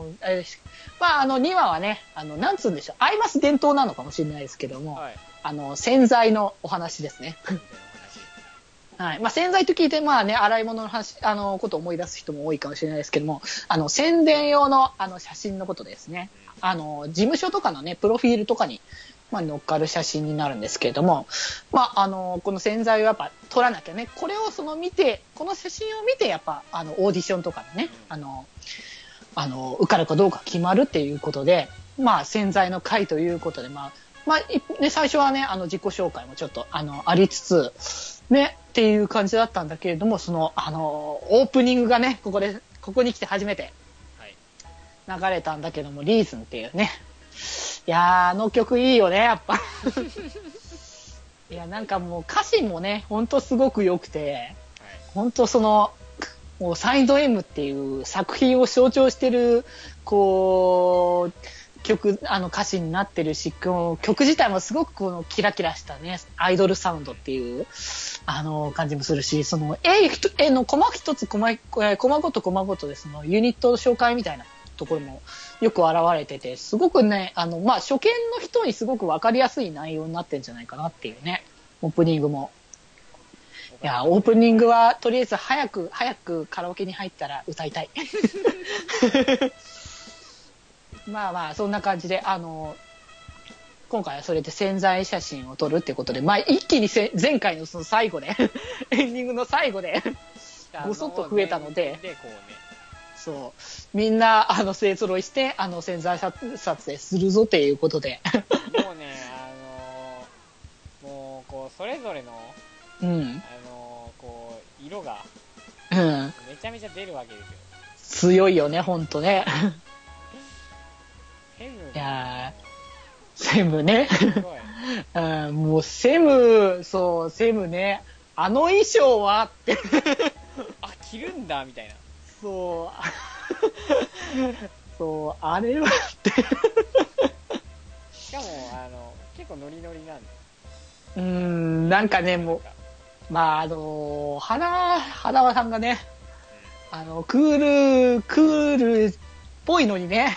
2話はね、なんつうんでしょう。アイマス伝統なのかもしれないですけども、 はい、 洗剤のお話ですね。はい。まあ、洗剤と聞いて、まあね、洗い物の話、ことを思い出す人も多いかもしれないですけども、宣伝用の、写真のことですね。事務所とかのね、プロフィールとかに、まあ、乗っかる写真になるんですけれども、まあ、この洗剤をやっぱ撮らなきゃね、これをこの写真を見て、やっぱ、オーディションとかでね、受かるかどうか決まるっていうことで、まあ、洗剤の会ということで、まあ、ね、最初はね、自己紹介もちょっと、ありつつ、ね、っていう感じだったんだけれども、オープニングがね、ここに来て初めて流れたんだけども、リーズンっていうね。いやー、曲いいよね、やっぱ。いや、なんかもう歌詞もね、ほんとすごく良くて、ほんともうサイド M っていう作品を象徴してる、こう、歌詞になってるし、曲自体もすごくこのキラキラしたね、アイドルサウンドっていう、感じもするし、絵のコマ一つ、コマごとでユニット紹介みたいなところもよく現れてて、すごくね、まあ、初見の人にすごくわかりやすい内容になってるんじゃないかなっていうね、オープニングも。いや、オープニングはとりあえず早くカラオケに入ったら歌いたい。まあまあ、そんな感じで、今回はそれで宣材写真を撮るってことで、まあ一気に前回のその最後で、エンディングの最後で、ごそっと増えたので、そう、みんな、勢揃いして、宣材撮影するぞっていうことで。 もうね、もう、こう、それぞれの、 うん。 こう、色が、 うん。 めちゃめちゃ出るわけですよ。 強いよね、ほんとね。 いやセムね。 すごい。 うん、もうセムね。衣装はって。 あ、着るんだみたいな。 そう、あれはって。 しかも、結構ノリノリなんで。 なんかね、もう、まあ、花輪さんがね、クールっぽいのにね。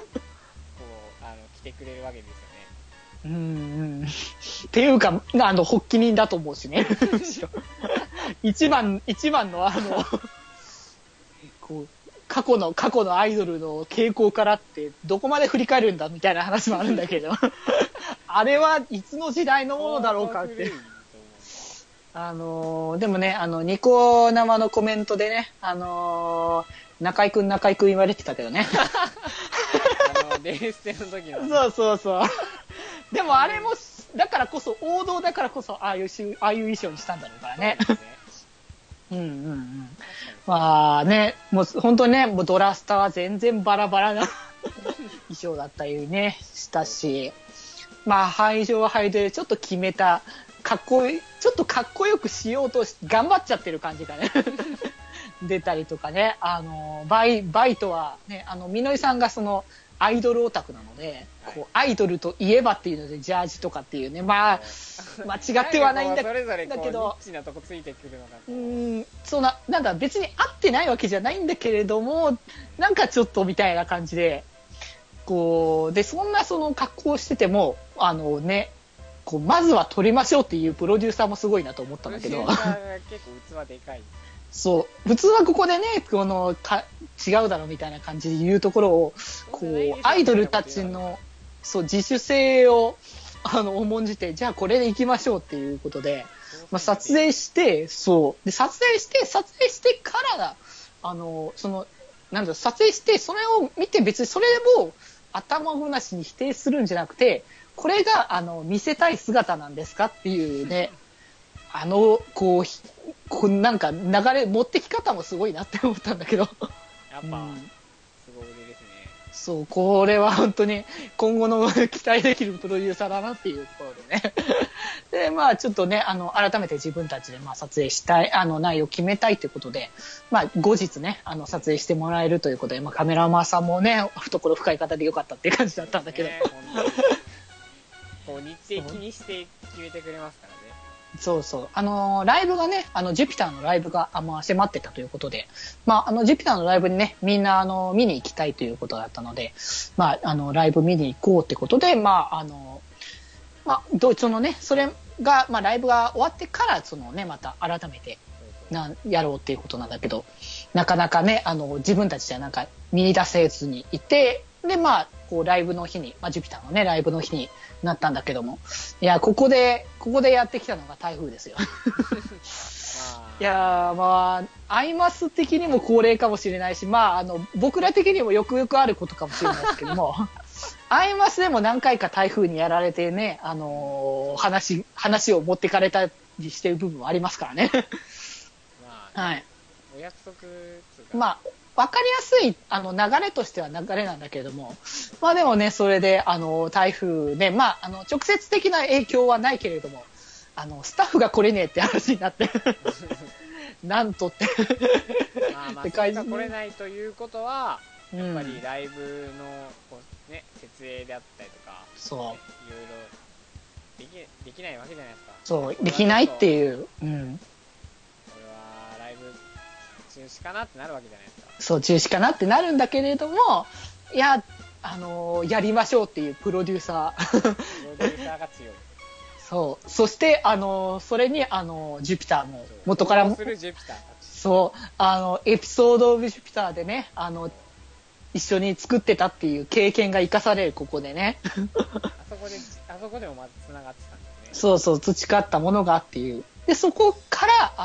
来てくれるわけですよね。っていうか、発起人だと思うしね。一番のこう、過去のアイドルの傾向からってどこまで振り返るんだみたいな話もあるんだけど、あれはいつの時代のものだろうかって。でもね、ニコ生のコメントでね、中居くん言われてたけどね。 デレステの時の。 そう。でもあれも、だからこそ、王道だからこそ、ああいう衣装にしたんだろうからね。まあね、もう本当にね、もうドラスターは全然バラバラな衣装だったりね、したし、まあ、会場は会場でちょっと決めた、ちょっとかっこよくしようと頑張っちゃってる感じがね、 出たりとかね、バイトはね、みのりさんがその、アイドルオタクなので、 はいこう、アイドルといえばっていうので、ジャージとかっていうね、まあ、間違ってはないんだそれぞれこうけどニッチなとこついてくるのがなんか別に合ってないわけじゃないんだけれども、なんかちょっとみたいな感じで、こう、で、そんなその格好をしてても、こう、まずは撮りましょうっていうプロデューサーもすごいなと思ったんだけど。 プロデューサーが結構器でかい。 そう。普通はここでね、違うだろうみたいな感じで言うところを、こう、アイドルたちの、そう、自主性を、重んじて、じゃあこれで行きましょうっていうことで、まあ、撮影して、そう。で、撮影してから撮影して、それを見て別にそれを頭ごなしに否定するんじゃなくて、これが、見せたい姿なんですかっていうね、こうなんか流れ、持ってき方もすごいなって思ったんだけど。 やっぱ、すご腕ですね。 そう、これは本当に今後の期待できるプロデューサーだなっていうところでね。で、まあちょっとね、改めて自分たちでまあ撮影したい、内容を決めたいということで、まあ後日ね、撮影してもらえるということで、まあカメラマンさんもね、懐深い方でよかったっていう感じだったんだけど。 ね、こう日程気にして決めてくれますからね。 そうそう。ライブがね、ジュピターのライブが、迫ってたということで、まあ、ジュピターのライブにね、みんな、見に行きたいということだったので、まあ、ライブ見に行こうってことで、まあ、そのね、それが、まあ、ライブが終わってから、そのね、また改めて、やろうっていうことなんだけど、なかなかね、自分たちじゃなんか見出せずにいて、で、まあ、こう、ライブの日に、まあ、ジュピターのね、ライブの日になったんだけども、いや、ここでやってきたのが台風ですよ。いや、まあ、アイマス的にも恒例かもしれないし、まあ、僕ら的にもよくよくあることかもしれないですけども、アイマスでも何回か台風にやられてね、話を持ってかれたりしてる部分はありますからね。 まあ、 はい。 お約束まあ、わかりやすい、流れとしては流れなんだけれども、まあでもね、それで、台風ね、まあ、直接的な影響はないけれども、スタッフが来れねえって話になって、なんとって。 まあまあ、スタッフが来れないということは、やっぱりライブの、こうね、設営であったりとか、 そう。 いろいろできないわけじゃないですか。 そう、できないっていう。 これは、ライブ中止かなってなるわけじゃないですか。 そう、中止かなってなるんだけれども、いや、やりましょうっていうプロデューサー。 プロデューサーが強い。 そう。そして、それに、ジュピターも、元からも、そう、エピソードオブジュピターでね、一緒に作ってたっていう経験が生かされる、ここでね。 あそこでもまず繋がってたんですね。 そうそう、培ったものがっていう。で、そこから、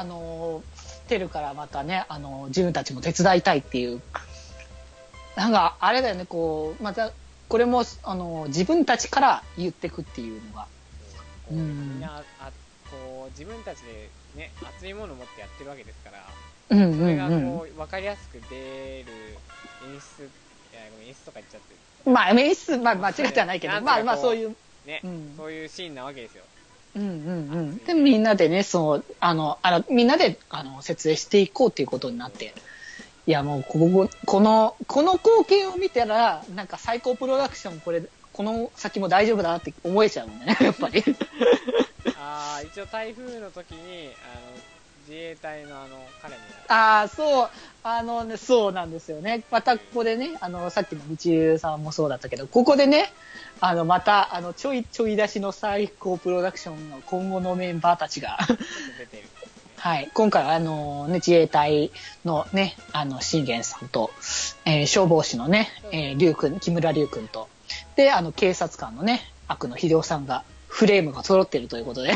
テルからまたね、自分たちも手伝いたいっていう。なんか、あれだよね、こう、また、これも、自分たちから言ってくっていうのが。 みんな、こう、自分たちでね、熱いものを持ってやってるわけですから、それがこう、わかりやすく出る演出、演出とか言っちゃってる。 まあ、演出、まあ、間違ってはないけど、まあまあ、そういう。 ね、そういうシーンなわけですよ。 で、みんなでね、みんなで、設営していこうっていうことになって。いや、もう、この光景を見たら、なんか最高プロダクション、この先も大丈夫だなって思えちゃうんだね、やっぱり。 一応台風の時に、自衛隊の彼も。 そう、そうなんですよね。またここでね、さっきの道さんもそうだったけど、ここでね、また、ちょい出しの最高プロダクションの今後のメンバーたちが出てる。 はい。今回は自衛隊のね、信玄さんと、消防士のね、木村龍君と、で、警察官のね、悪野秀夫さんが、フレームが揃ってるということで。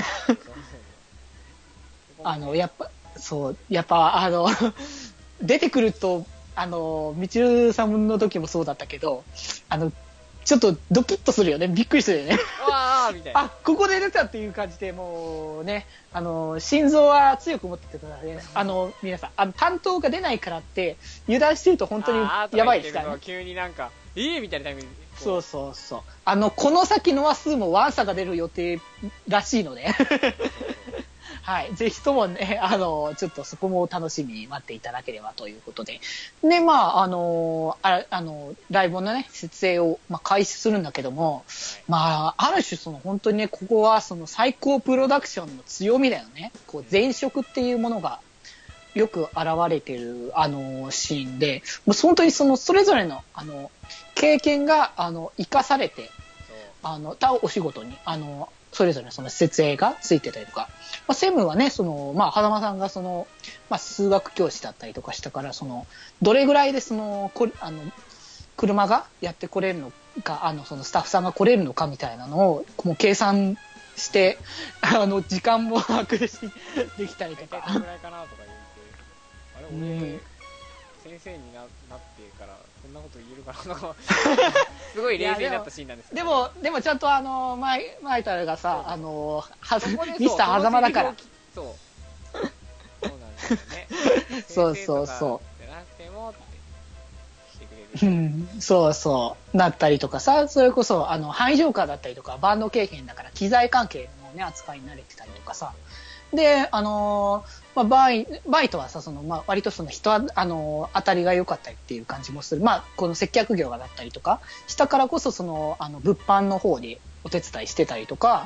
やっぱ、出てくると、みちるさんの時もそうだったけど、ちょっとドキッとするよね。びっくりするよね。 みたいな。 あ、ここで出たっていう感じで、もうね、心臓は強く持っててくださいね。皆さん、担当が出ないからって、油断してると本当にやばいですからね。 急になんか、みたいなタイミングで。 そうそうそう。この先の話数もワンサが出る予定らしいので。 はい。ぜひともね、ちょっとそこも楽しみに待っていただければということで。で、まあ、ライブのね、設営を、まあ、開始するんだけども、まあ、ある種本当にね、ここは最高プロダクションの強みだよね。こう、前職っていうものがよく現れてる、シーンで、もう本当にそれぞれの、経験が、活かされて、他お仕事に、それぞれ設営がついてたりとか、まあ、専務はね、まあ、狭間さんがまあ、数学教師だったりとかしたから、どれぐらいで車がやってこれるのか、スタッフさんが来れるのかみたいなのを、もう計算して、時間も把握できたりとか。 どれぐらいかなとか言って、あれ、俺、先生になってから、こんなこと言えるかなとか、すごい冷静になったシーンなんですけど。 でもちゃんとマイタルがさ、ミスター狭間だから。 そう。そうなんですよね。 そうそうそう。 じゃなくても、ってしてくれる。 うん、そうそう。なったりとかさ、それこそ、ハイジョーカーだったりとか、バンド経験だから、機材関係のね、扱いに慣れてたりとかさ。で、まあ、バイトはさ、まあ、割と当たりが良かったりっていう感じもする。まあ、この接客業がだったりとか、したからこそ、物販の方でお手伝いしてたりとか、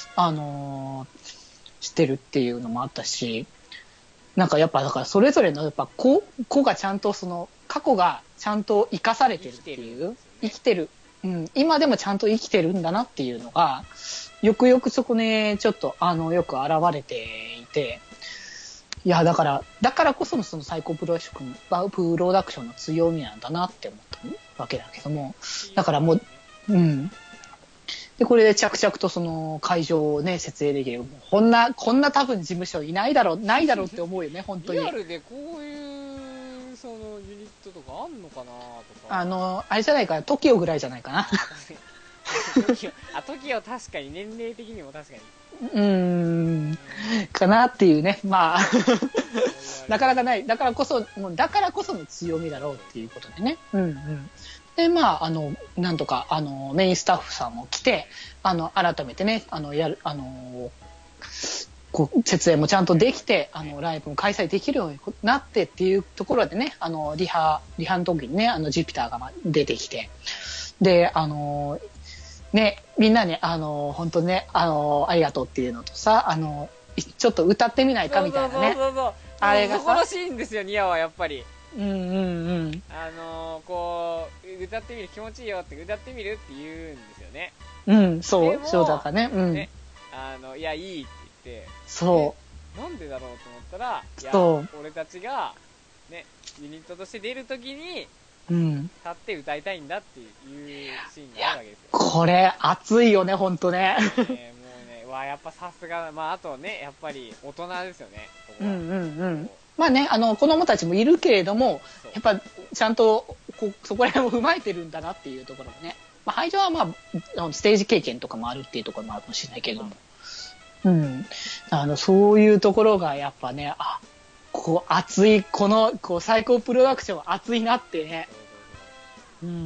してるっていうのもあったし、なんかやっぱ、だからそれぞれの、やっぱ、子がちゃんと過去がちゃんと生かされてるっていう、生きてる。うん、今でもちゃんと生きてるんだなっていうのが、よくよくそこね、ちょっと、よく現れていて、いや、だからこその最高プロダクションの強みなんだなって思ったわけだけども、だからもう、うん。で、これで着々と会場をね、設営できる。こんな多分事務所ないだろうって思うよね、本当に。 リアルでこういう、ユニットとかあんのかなとか。 あれじゃないかな、TOKIO ぐらいじゃないかな。 TOKIO 確かに、年齢的にも確かに。かなっていうね、まあ、なかなかない。だからこその強みだろうっていうことでね。うんうん。で、まあ、なんとか、メインスタッフさんも来て、改めてね、設営もちゃんとできて、ライブも開催できるようになってっていうところでね、リハの時にね、ジュピターが出てきて、で、ね、みんなに、本当ね、ありがとうっていうのとさ、ちょっと歌ってみないかみたいなね。 あれがさ、そこのシーンですよ、ニアはやっぱり。 うんうんうん。 こう、歌ってみる、気持ちいいよって歌ってみるって言うんですよね。 うん、そうだからね。うん。 ね、いや、いいって言って。 そう。 なんでだろうと思ったら、いや、俺たちが、ね、ユニットとして出るときに、 うん。 立って歌いたいんだっていうシーンがあるわけですよ。 これ、熱いよね、ほんとね。 もうね、やっぱさすが、まあ、あとね、やっぱり大人ですよね、ここは。 うんうんうん。まあね、子供たちもいるけれども、やっぱ、ちゃんと、そこら辺を踏まえてるんだなっていうところもね。まあ、会場はまあ、ステージ経験とかもあるっていうところもあるかもしれないけれども。うん。そういうところがやっぱね、熱い、最高プロダクション熱いなってね。うんうんうん。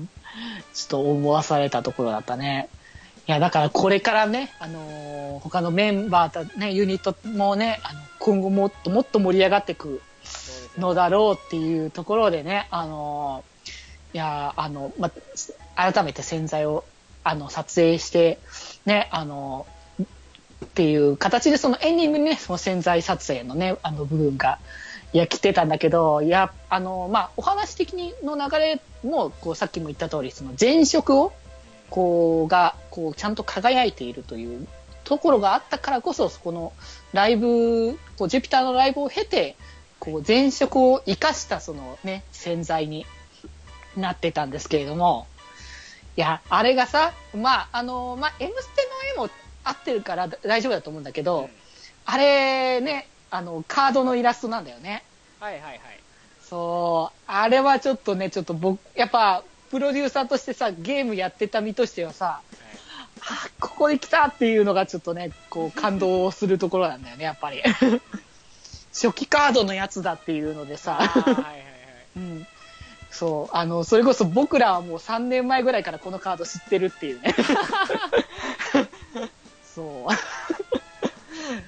ちょっと思わされたところだったね。いや、だからこれからね、他のメンバーとね、ユニットもね、今後もっともっと盛り上がっていくのだろうっていうところでね、いや、改めて洗剤を、撮影して、ね、っていう形でエンディングにね、その洗剤撮影のね、部分が、来てたんだけど、まあ、お話的の流れも、さっきも言った通り、前職を、ちゃんと輝いているというところがあったからこそ、このライブ、ジュピターのライブを経て、前職を生かした洗剤になってたんですけれども、いや、あれがさ、まあ、M ステの絵も合ってるから大丈夫だと思うんだけど、あれね、カードのイラストなんだよね。 はいはいはい。 そう、あれはちょっとね、やっぱ、プロデューサーとしてさ、ゲームやってた身としてはさ、ここに来たっていうのがちょっとね、感動するところなんだよね、やっぱり。初期カードのやつだっていうのでさ、うん、そう、それこそ僕らはもう3年前ぐらいからこのカード知ってるっていうね。そう。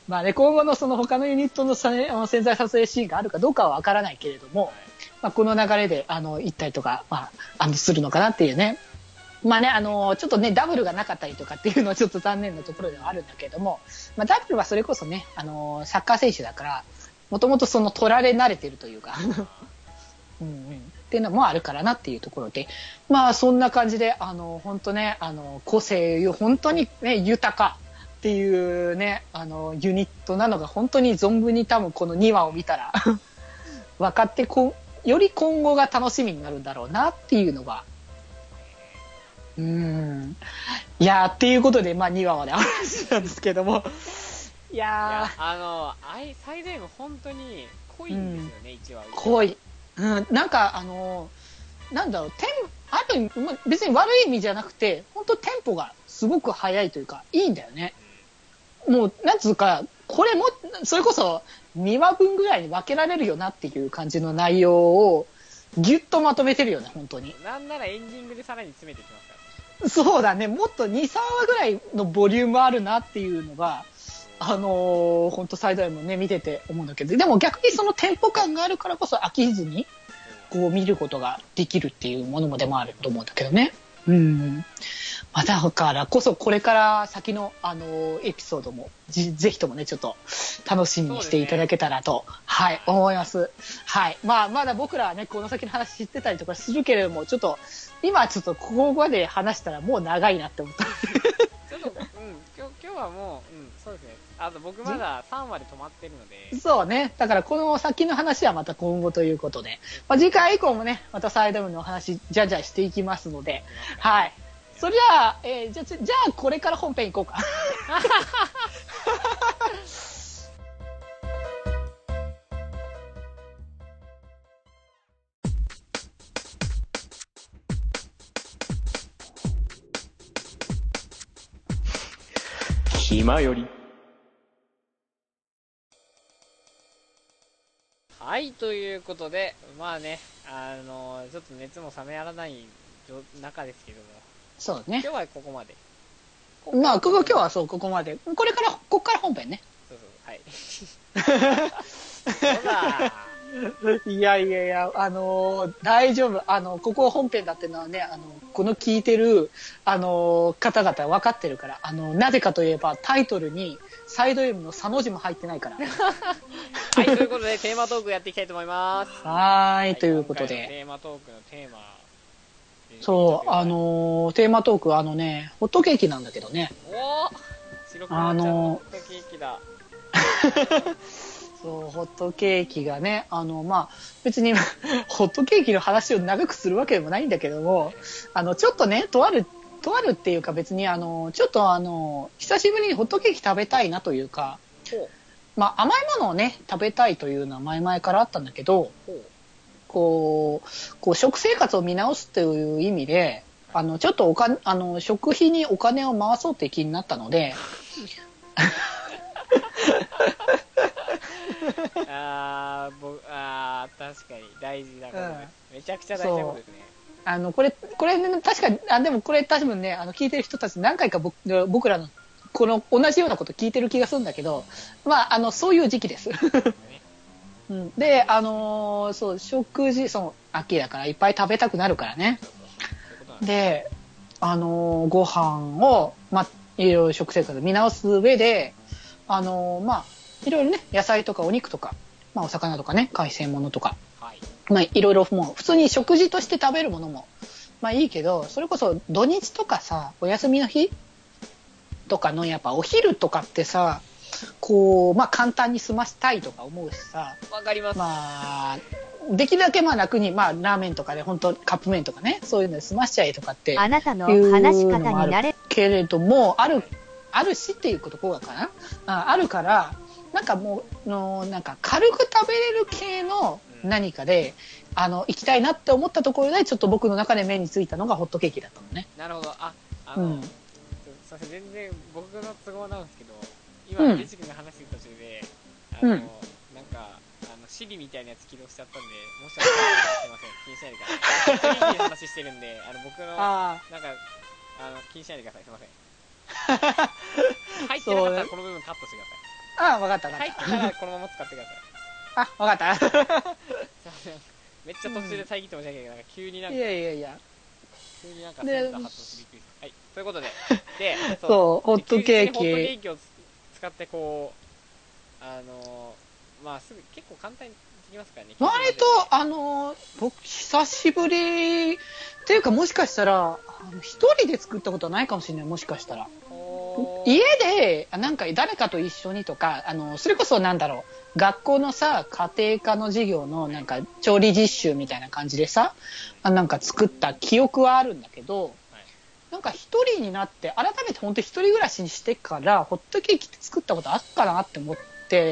まあね、今後のその他のユニットの潜在撮影シーンがあるかどうかはわからないけれども、まあ、この流れで、行ったりとか、まあ、するのかなっていうね。まあね、ちょっとね、ダブルがなかったりとかっていうのはちょっと残念なところではあるんだけども、まあ、ダブルはそれこそね、サッカー選手だから、もともとその取られ慣れてるというか、うんうん、っていうのもあるからなっていうところで、まあそんな感じで、本当ね、個性、本当にね、豊かっていうね、ユニットなのが本当に存分に多分この2話を見たら、分かってより今後が楽しみになるんだろうなっていうのが、いやー、っていうことで、まあ2話まで話なんですけども、いやー、サイド M 本当に濃いんですよね、1話。 濃い。なんかなんだろう、ある意味、別に悪い意味じゃなくて、本当テンポがすごく速いというか、いいんだよね。もう、なんつうか、これも、それこそ2話分ぐらいに分けられるよなっていう感じの内容を、ぎゅっとまとめてるよね、本当に。 なんならエンディングでさらに詰めてきますから。 そうだね、もっと2、3話ぐらいのボリュームあるなっていうのが、本当サイド M もね、見てて思うんだけど、でも逆にそのテンポ感があるからこそ飽きずに、こう見ることができるっていうものもでもあると思うんだけどね。まあ、だからこそこれから先の、エピソードもぜひともねちょっと楽しみにしていただけたらと、はい、思います。はい。まあまだ僕らはねこの先の話知ってたりとかするけれども、ちょっと今ちょっとここまで話したらもう長いなって思った。 ちょっと今日はもうそうですね。あと僕まだ3話で止まってるので。 そうね。だからこの先の話はまた今後ということで、まあ、次回以降もねまたサイド M のお話じゃしていきますので、はい。それじゃあ、じゃあこれから本編行こうか。 暇より。はい、ということで、まあね、ちょっと熱も冷めやらない中ですけども。 そうね。 今日はここまで。 まあ、今日はそう、ここまで。ここから本編ね。 そう、はい。そうだ。 いや、大丈夫。ここ本編だってのはね、この聞いてる、方々分かってるから。なぜかといえば、タイトルに、サイド M のサの字も入ってないから。 はい、ということで、テーマトークやっていきたいと思います。 ということで。 テーマトークのテーマ。 そう、テーマトーク、ホットケーキなんだけどね。 白黒ちゃんのホットケーキだ。 そう、ホットケーキがね、まあ、別に、ホットケーキの話を長くするわけでもないんだけども、ちょっとね、とあるっていうか別に、ちょっと久しぶりにホットケーキ食べたいなというか、まあ、甘いものをね、食べたいというのは前々からあったんだけど、こう食生活を見直すという意味で、ちょっと食費にお金を回そうって気になったので、 確かに大事なことです。めちゃくちゃ大事なことですね。 これね、確かに、でもこれ多分ね、聞いてる人たち何回か僕らのこの同じようなこと聞いてる気がするんだけど、まあ、そういう時期です。で、そう、食事、秋だからいっぱい食べたくなるからね。で、ご飯を、まあ、いろいろ食生活見直す上で、まあ、いろいろね、野菜とかお肉とか、まあ、お魚とかね、海鮮物とか、まあ、いろいろもう、普通に食事として食べるものも、まあいいけど、それこそ土日とかさ、お休みの日とかの、やっぱお昼とかってさ、まあ簡単に済ましたいとか思うしさ。 わかります。 まあ、できるだけまあ楽に、まあラーメンとかで本当カップ麺とかね、そういうので済ましちゃえとかって。 あなたの話し方になれ。 けれども、あるしっていうことこうだかな。あるから、なんかもう、なんか軽く食べれる系の何かで、行きたいなって思ったところで、ちょっと僕の中で目についたのがホットケーキだったのね。 なるほど。すいません、全然僕の都合なんですけど、今、レジ君が話してる途中で、なんか、シリみたいなやつ起動しちゃったんで、もしかしたらすいません、気にしないでください。シリの話してるんで、僕の、なんか、気にしないでください。すいません。入ってなかったらこの部分カットしてください。 あ、わかったわか入っったらこのまま使ってください。 た。あ、わかった。 すいません。めっちゃ途中で遮って申し訳ないけど、なんか急になんいか、 やいやいや。 センター発動してびっくりした。はい。ということで、で、 そうホットケーキ休日にホットケーキを使ってこう、まあすぐ、結構簡単にできますからね。 割と、僕、久しぶり、っていうかもしかしたら、一人で作ったことはないかもしれない、もしかしたら。家で、なんか誰かと一緒にとか、それこそなんだろう、学校のさ、家庭科の授業のなんか調理実習みたいな感じでさ、なんか作った記憶はあるんだけど、なんか一人になって、改めて本当一人暮らしにしてから、ホットケーキって作ったことあったなって思って、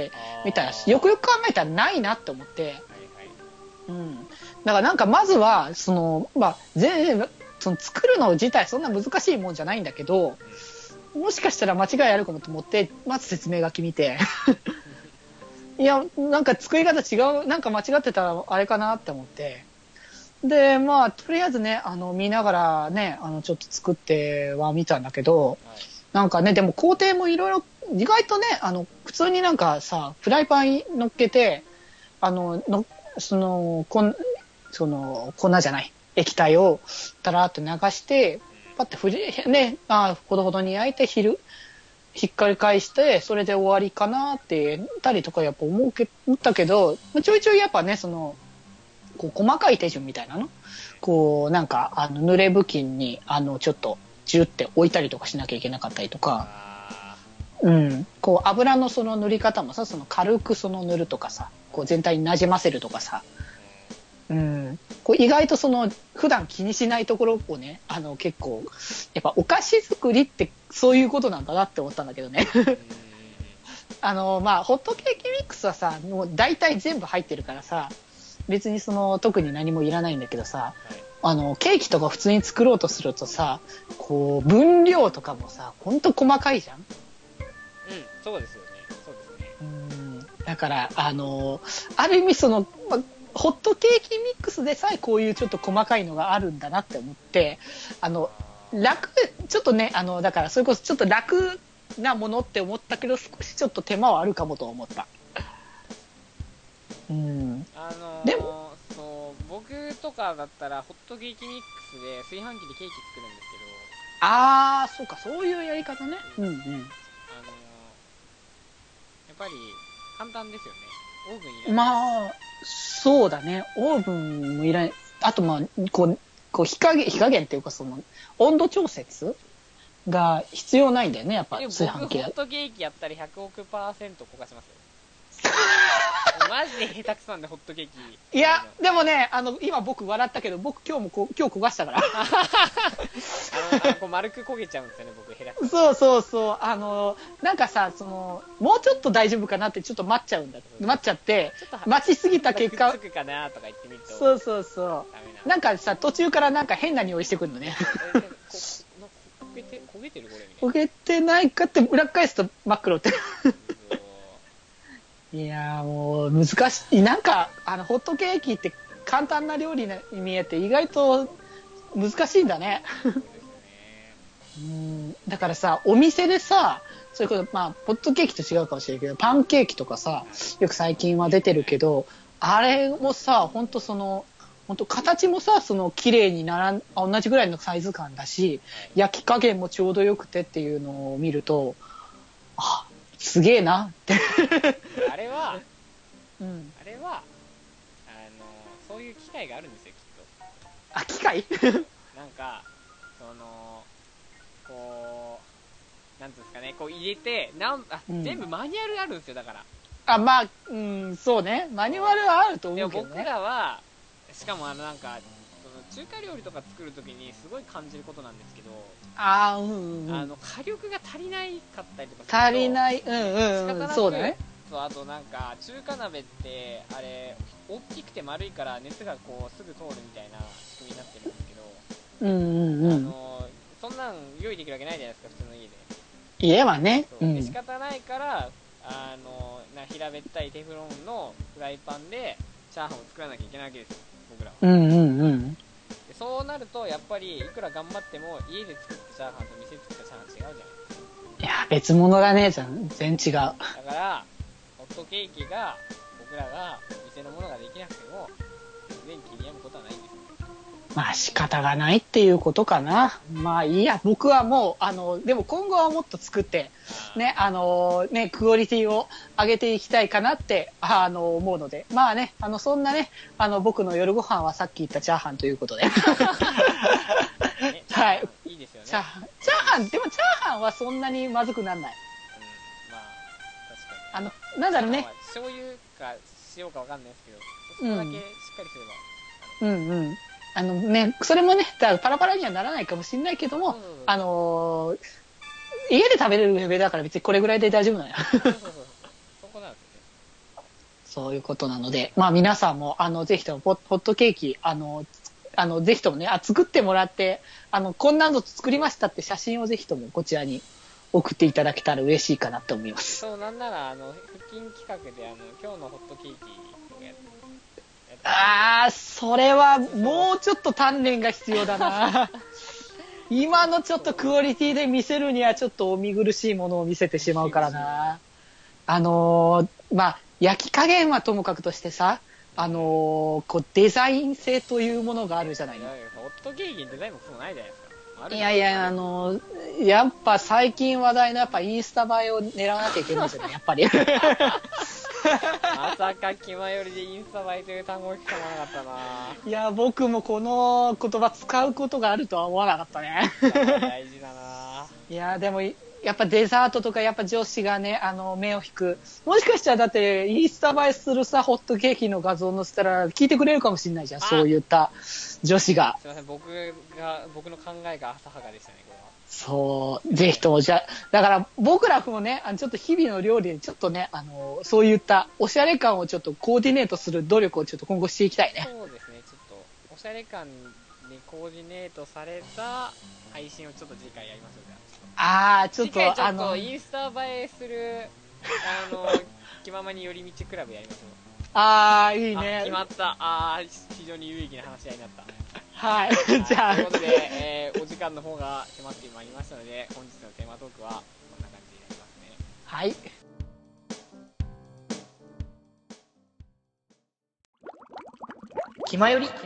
みたいな、よくよく考えたらないなって思って、うん。だからなんかまずは、まあ、全然、作るの自体そんな難しいもんじゃないんだけど、もしかしたら間違いあるかもと思って、まず説明書き見て、いや、なんか作り方違う、なんか間違ってたらあれかなって思って、で、まあ、とりあえずね、見ながらね、ちょっと作ってはみたんだけど、なんかね、でも工程もいろいろ、意外とね、普通になんかさ、フライパンに乗っけて、粉じゃない、液体をたらーっと流して、パッてほどほどに焼いてひっかり返して、それで終わりかなって言ったりとかやっぱ思ったけど、ちょいちょいやっぱね、こう細かい手順みたいなのこう、なんか、濡れ布巾に、ちょっと、ジュって置いたりとかしなきゃいけなかったりとか、うん。こう、油の塗り方もさ、軽く塗るとかさ、こう全体に馴染ませるとかさ、うん。こう意外と普段気にしないところをね、結構、やっぱお菓子作りってそういうことなんだなって思ったんだけどね。まあ、ホットケーキミックスはさ、もう大体全部入ってるからさ、別に特に何もいらないんだけどさ、ケーキとか普通に作ろうとするとさ、こう、分量とかもさ、ほんと細かいじゃん？ そうですよね。そうですね。 だから、ある意味ホットケーキミックスでさえこういうちょっと細かいのがあるんだなって思って、ちょっとね、だからそれこそちょっと楽なものって思ったけど、少しちょっと手間はあるかもと思った。でも僕とかだったらホットケーキミックスで炊飯器でケーキ作るんですけど、 そうか、そういうやり方ね。やっぱり簡単ですよね。オーブンいらない。 まあ、そうだね。オーブンもいらない。あとまあ、こう火加減っていうか温度調節が必要ないんだよね、やっぱ炊飯器だ。 僕ホットケーキやったら100億%焦がしますよ。マジで下手くそなんで、ホットケーキ。 いや、でもね、今僕笑ったけど、僕今日焦がしたから。 こう丸く焦げちゃうんですよね、僕、下手くそ。そう。なんかさ、もうちょっと大丈夫かなってちょっと待っちゃって、待ちすぎた結果。 くっつくかなとか言ってみると。 そう。なんかさ、途中からなんか変な匂いしてくるのね。 焦げてるこれみたいな。焦げてないかって裏返すと真っ黒って。いやーもう難しい。なんかホットケーキって簡単な料理に見えて意外と難しいんだね。だからさ、お店でさ、そういうこと、まあホットケーキと違うかもしれないけど、パンケーキとかさ、よく最近は出てるけど、あれもさ、本当形もさ、綺麗に同じぐらいのサイズ感だし、焼き加減もちょうどよくてっていうのを見ると、すげえなってあれはそういう機械があるんですよ、きっと。 機械なんかこうなんていうんですかね、こう入れて全部マニュアルあるんですよ、だから。 まあ、そうね、マニュアルはあると思うけどね。 でも僕らはしかもなんか中華料理とか作るときにすごい感じることなんですけど、火力が足りないかったりとかすると、 足りない、そうだね。 あとなんか中華鍋ってあれ大きくて丸いから熱がこうすぐ通るみたいな仕組みになってるんですけど、そんなん用意できるわけないじゃないですか、普通の家で。 家はね。 で仕方ないから平べったいテフロンのフライパンでチャーハンを作らなきゃいけないわけですよ、僕らは。でそうなるとやっぱりいくら頑張っても家で作ったチャーハンと店で作ったチャーハン違うじゃないですか。 いや、別物だね。全然違う。 だからホットケーキが僕らが店のものができなくても全然切りやむことはないんですよ。 まあ仕方がないっていうことかな。まあいいや、僕はもう、でも今後はもっと作って、ね、クオリティを上げていきたいかなって、思うので、まあね、そんなね、僕の夜ご飯はさっき言ったチャーハンということで。はい。 いいですよね。 チャーハン、でもチャーハンはそんなにまずくならない。 まあ、確かに。 なんだろうね。 醤油か塩かわかんないですけど、そこだけしっかりすれば。 うんうん。それもね、パラパラにはならないかもしれないけども、家で食べれるレベルだから別にこれぐらいで大丈夫なのよ。 そこなんですよね。 そういうことなので、まあ皆さんも、ぜひともホットケーキ、ぜひともね、作ってもらって、こんなの作りましたって写真をぜひともこちらに送っていただけたら嬉しいかなと思います。 そう、なんなら、腹筋企画で、今日のホットケーキとかやって。 それはもうちょっと鍛錬が必要だな。今のちょっとクオリティで見せるにはちょっとお見苦しいものを見せてしまうからな。まあ、焼き加減はともかくとしてさ、デザイン性というものがあるじゃないの。 ホットケーキにデザインもそうないじゃないですか。 いやいや、やっぱ最近話題のやっぱインスタ映えを狙わなきゃいけないですよね、やっぱり。 まさか気まよりでインスタ映えという単語を聞かなかったな。 いや、僕もこの言葉使うことがあるとは思わなかったね。 大事だな。 いや、でも、やっぱデザートとかやっぱ女子がね、目を引く。もしかしたらだってインスタ映えするさ、ホットケーキの画像載せたら聞いてくれるかもしれないじゃん、そういった女子が。 すいません、僕の考えが浅はかでしたね、これは。 そう、ぜひとも、だから僕らもね、ちょっと日々の料理でちょっとね、そういったおしゃれ感をちょっとコーディネートする努力をちょっと今後していきたいね。 そうですね、ちょっと、おしゃれ感にコーディネートされた配信をちょっと次回やりましょうか。 ちょっと、 次回ちょっとインスタ映えする、気ままに寄り道クラブやりましょう。 いいね。 決まった。非常に有意義な話し合いになった。 はい。じゃあ。 ということで、お時間の方が迫ってまいりましたので、本日のテーマトークはこんな感じになりますね。 はい。気まより。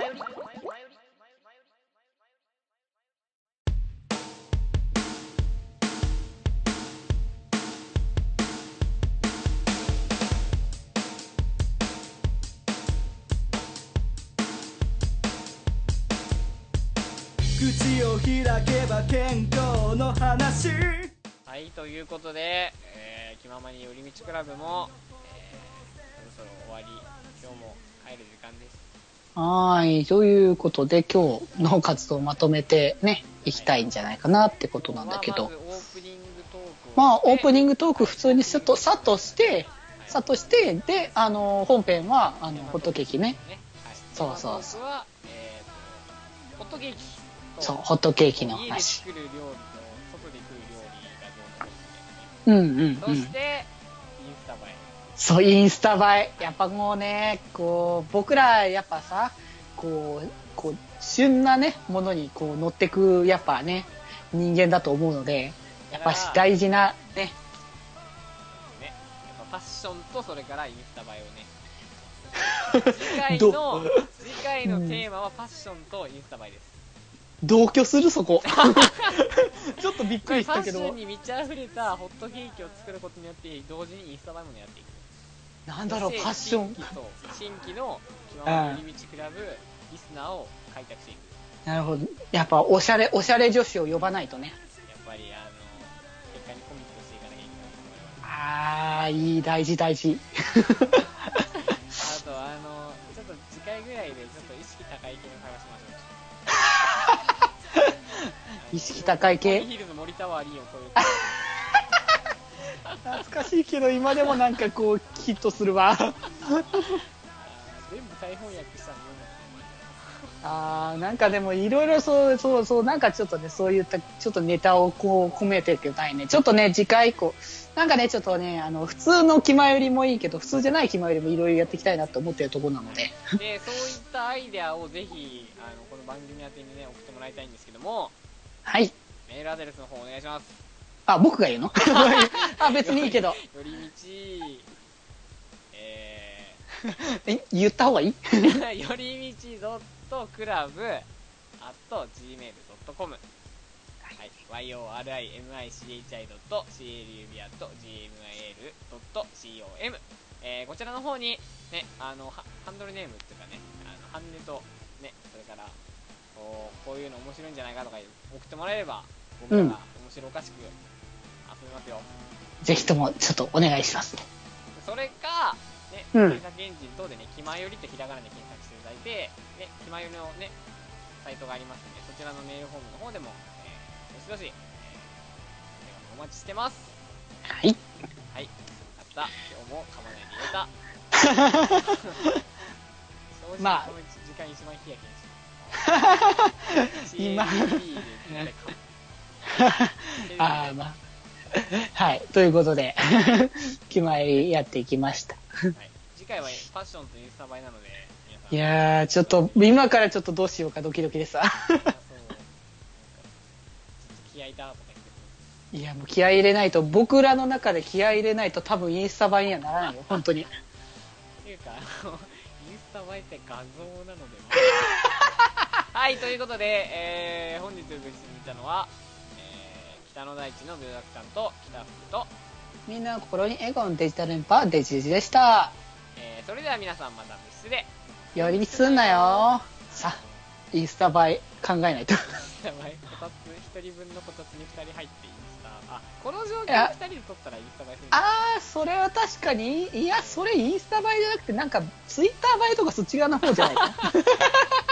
口を開けば健康の話。 はい、ということで、気ままに寄り道クラブも、そろそろ終わり、今日も帰る時間です。 はい、ということで今日の活動をまとめてね、いきたいんじゃないかなってことなんだけど。 まずオープニングトークを。 まあ、オープニングトーク普通にさっとして、で、本編は、ホットケーキね。そうそうそう。 は、ホットケーキ。 そう、ホットケーキの話。 家で作る料理と外で食う料理がどうのこうのみたいなね。そして、インスタ映え。 そう、インスタ映え。やっぱもうね、こう、僕らやっぱさ、こう、旬なね、ものにこう乗ってく、やっぱね、人間だと思うので、やっぱ大事なね。 やっぱファッションとそれからインスタ映えをね。次回のテーマはファッションとインスタ映えです。 同居するそこ。ちょっとびっくりしたけど。 ファッションに満ち溢れたホットケーキを作ることによって同時にインスタ映えもやっていく。 なんだろう、ファッション。 新規の気ままに寄り道クラブリスナーを開拓していく。 なるほど。やっぱおしゃれ女子を呼ばないとね。 やっぱり結果にコミットしていかなきゃいけない。 いい、大事。 あとちょっと次回ぐらいでちょっと意識高い系の会話しましょう。 意識高い系。 ヒルの森タワーリーを超える。 懐かしいけど今でもなんかこうヒットするわ。 全部再翻訳したのなんかでもいろいろそうなんかちょっとね、そういったちょっとネタをこう込めていきたいね。ちょっとね、次回以降なんかね、ちょっとね、普通の気まよりもいいけど普通じゃない気まよりもいろいろやっていきたいなと思ってるところなので。 で、そういったアイデアをぜひこの番組宛てにね送ってもらいたいんですけども、 はい。 メールアドレスの方お願いします。 あ、僕が言うのあ、別にいいけど。 寄り言った方がいい道、寄り道.club@gmail.com。はい、yorimichi.club@gmail.com。こちらの方に、ね、ハンドルネームっていうかね、ハンネと、ね、それから、こういうの面白いんじゃないかとか送ってもらえれば、僕らが面白おかしく遊びますよ。 ぜひとも、ちょっとお願いします。 それか、ね、検索エンジン等でね、気まよりとひらがなで検索していただいて、ね、気まよりのね、サイトがありますので、そちらのメールフォームの方でも、どしどし、お待ちしてます。 はい。 はい。やった。今日も噛まないで言えた。正直、この時間一番ヒヤヒヤし今。 ああ、まあ。はい。ということで、決まりやっていきました。 はい。次回はファッションとインスタ映えなので、皆さん。 いやー、ちょっと、今からちょっとどうしようかドキドキですわ。 そう。気合いだとか言って。 いや、もう気合い入れないと、僕らの中で気合い入れないと多分インスタ映えにはならないよ、本当に。 っていうか、インスタ映えって画像なのでは。はい、ということで、本日お送りしてみたのは、北の大地のブルダクさんと北福と、 みんなの心に笑顔のデジタル連覇デジデジでした。 それでは皆さんまた部室で寄り道すんなよ。さあ、インスタ映え考えないと。 インスタ映えこたつ1人分のこたつに2人入ってインスタ、この状況で2人で撮ったらインスタ映えするんだ。 あー、それは確かに、いや、それインスタ映えじゃなくて、なんかツイッター映えとかそっち側の方じゃないか。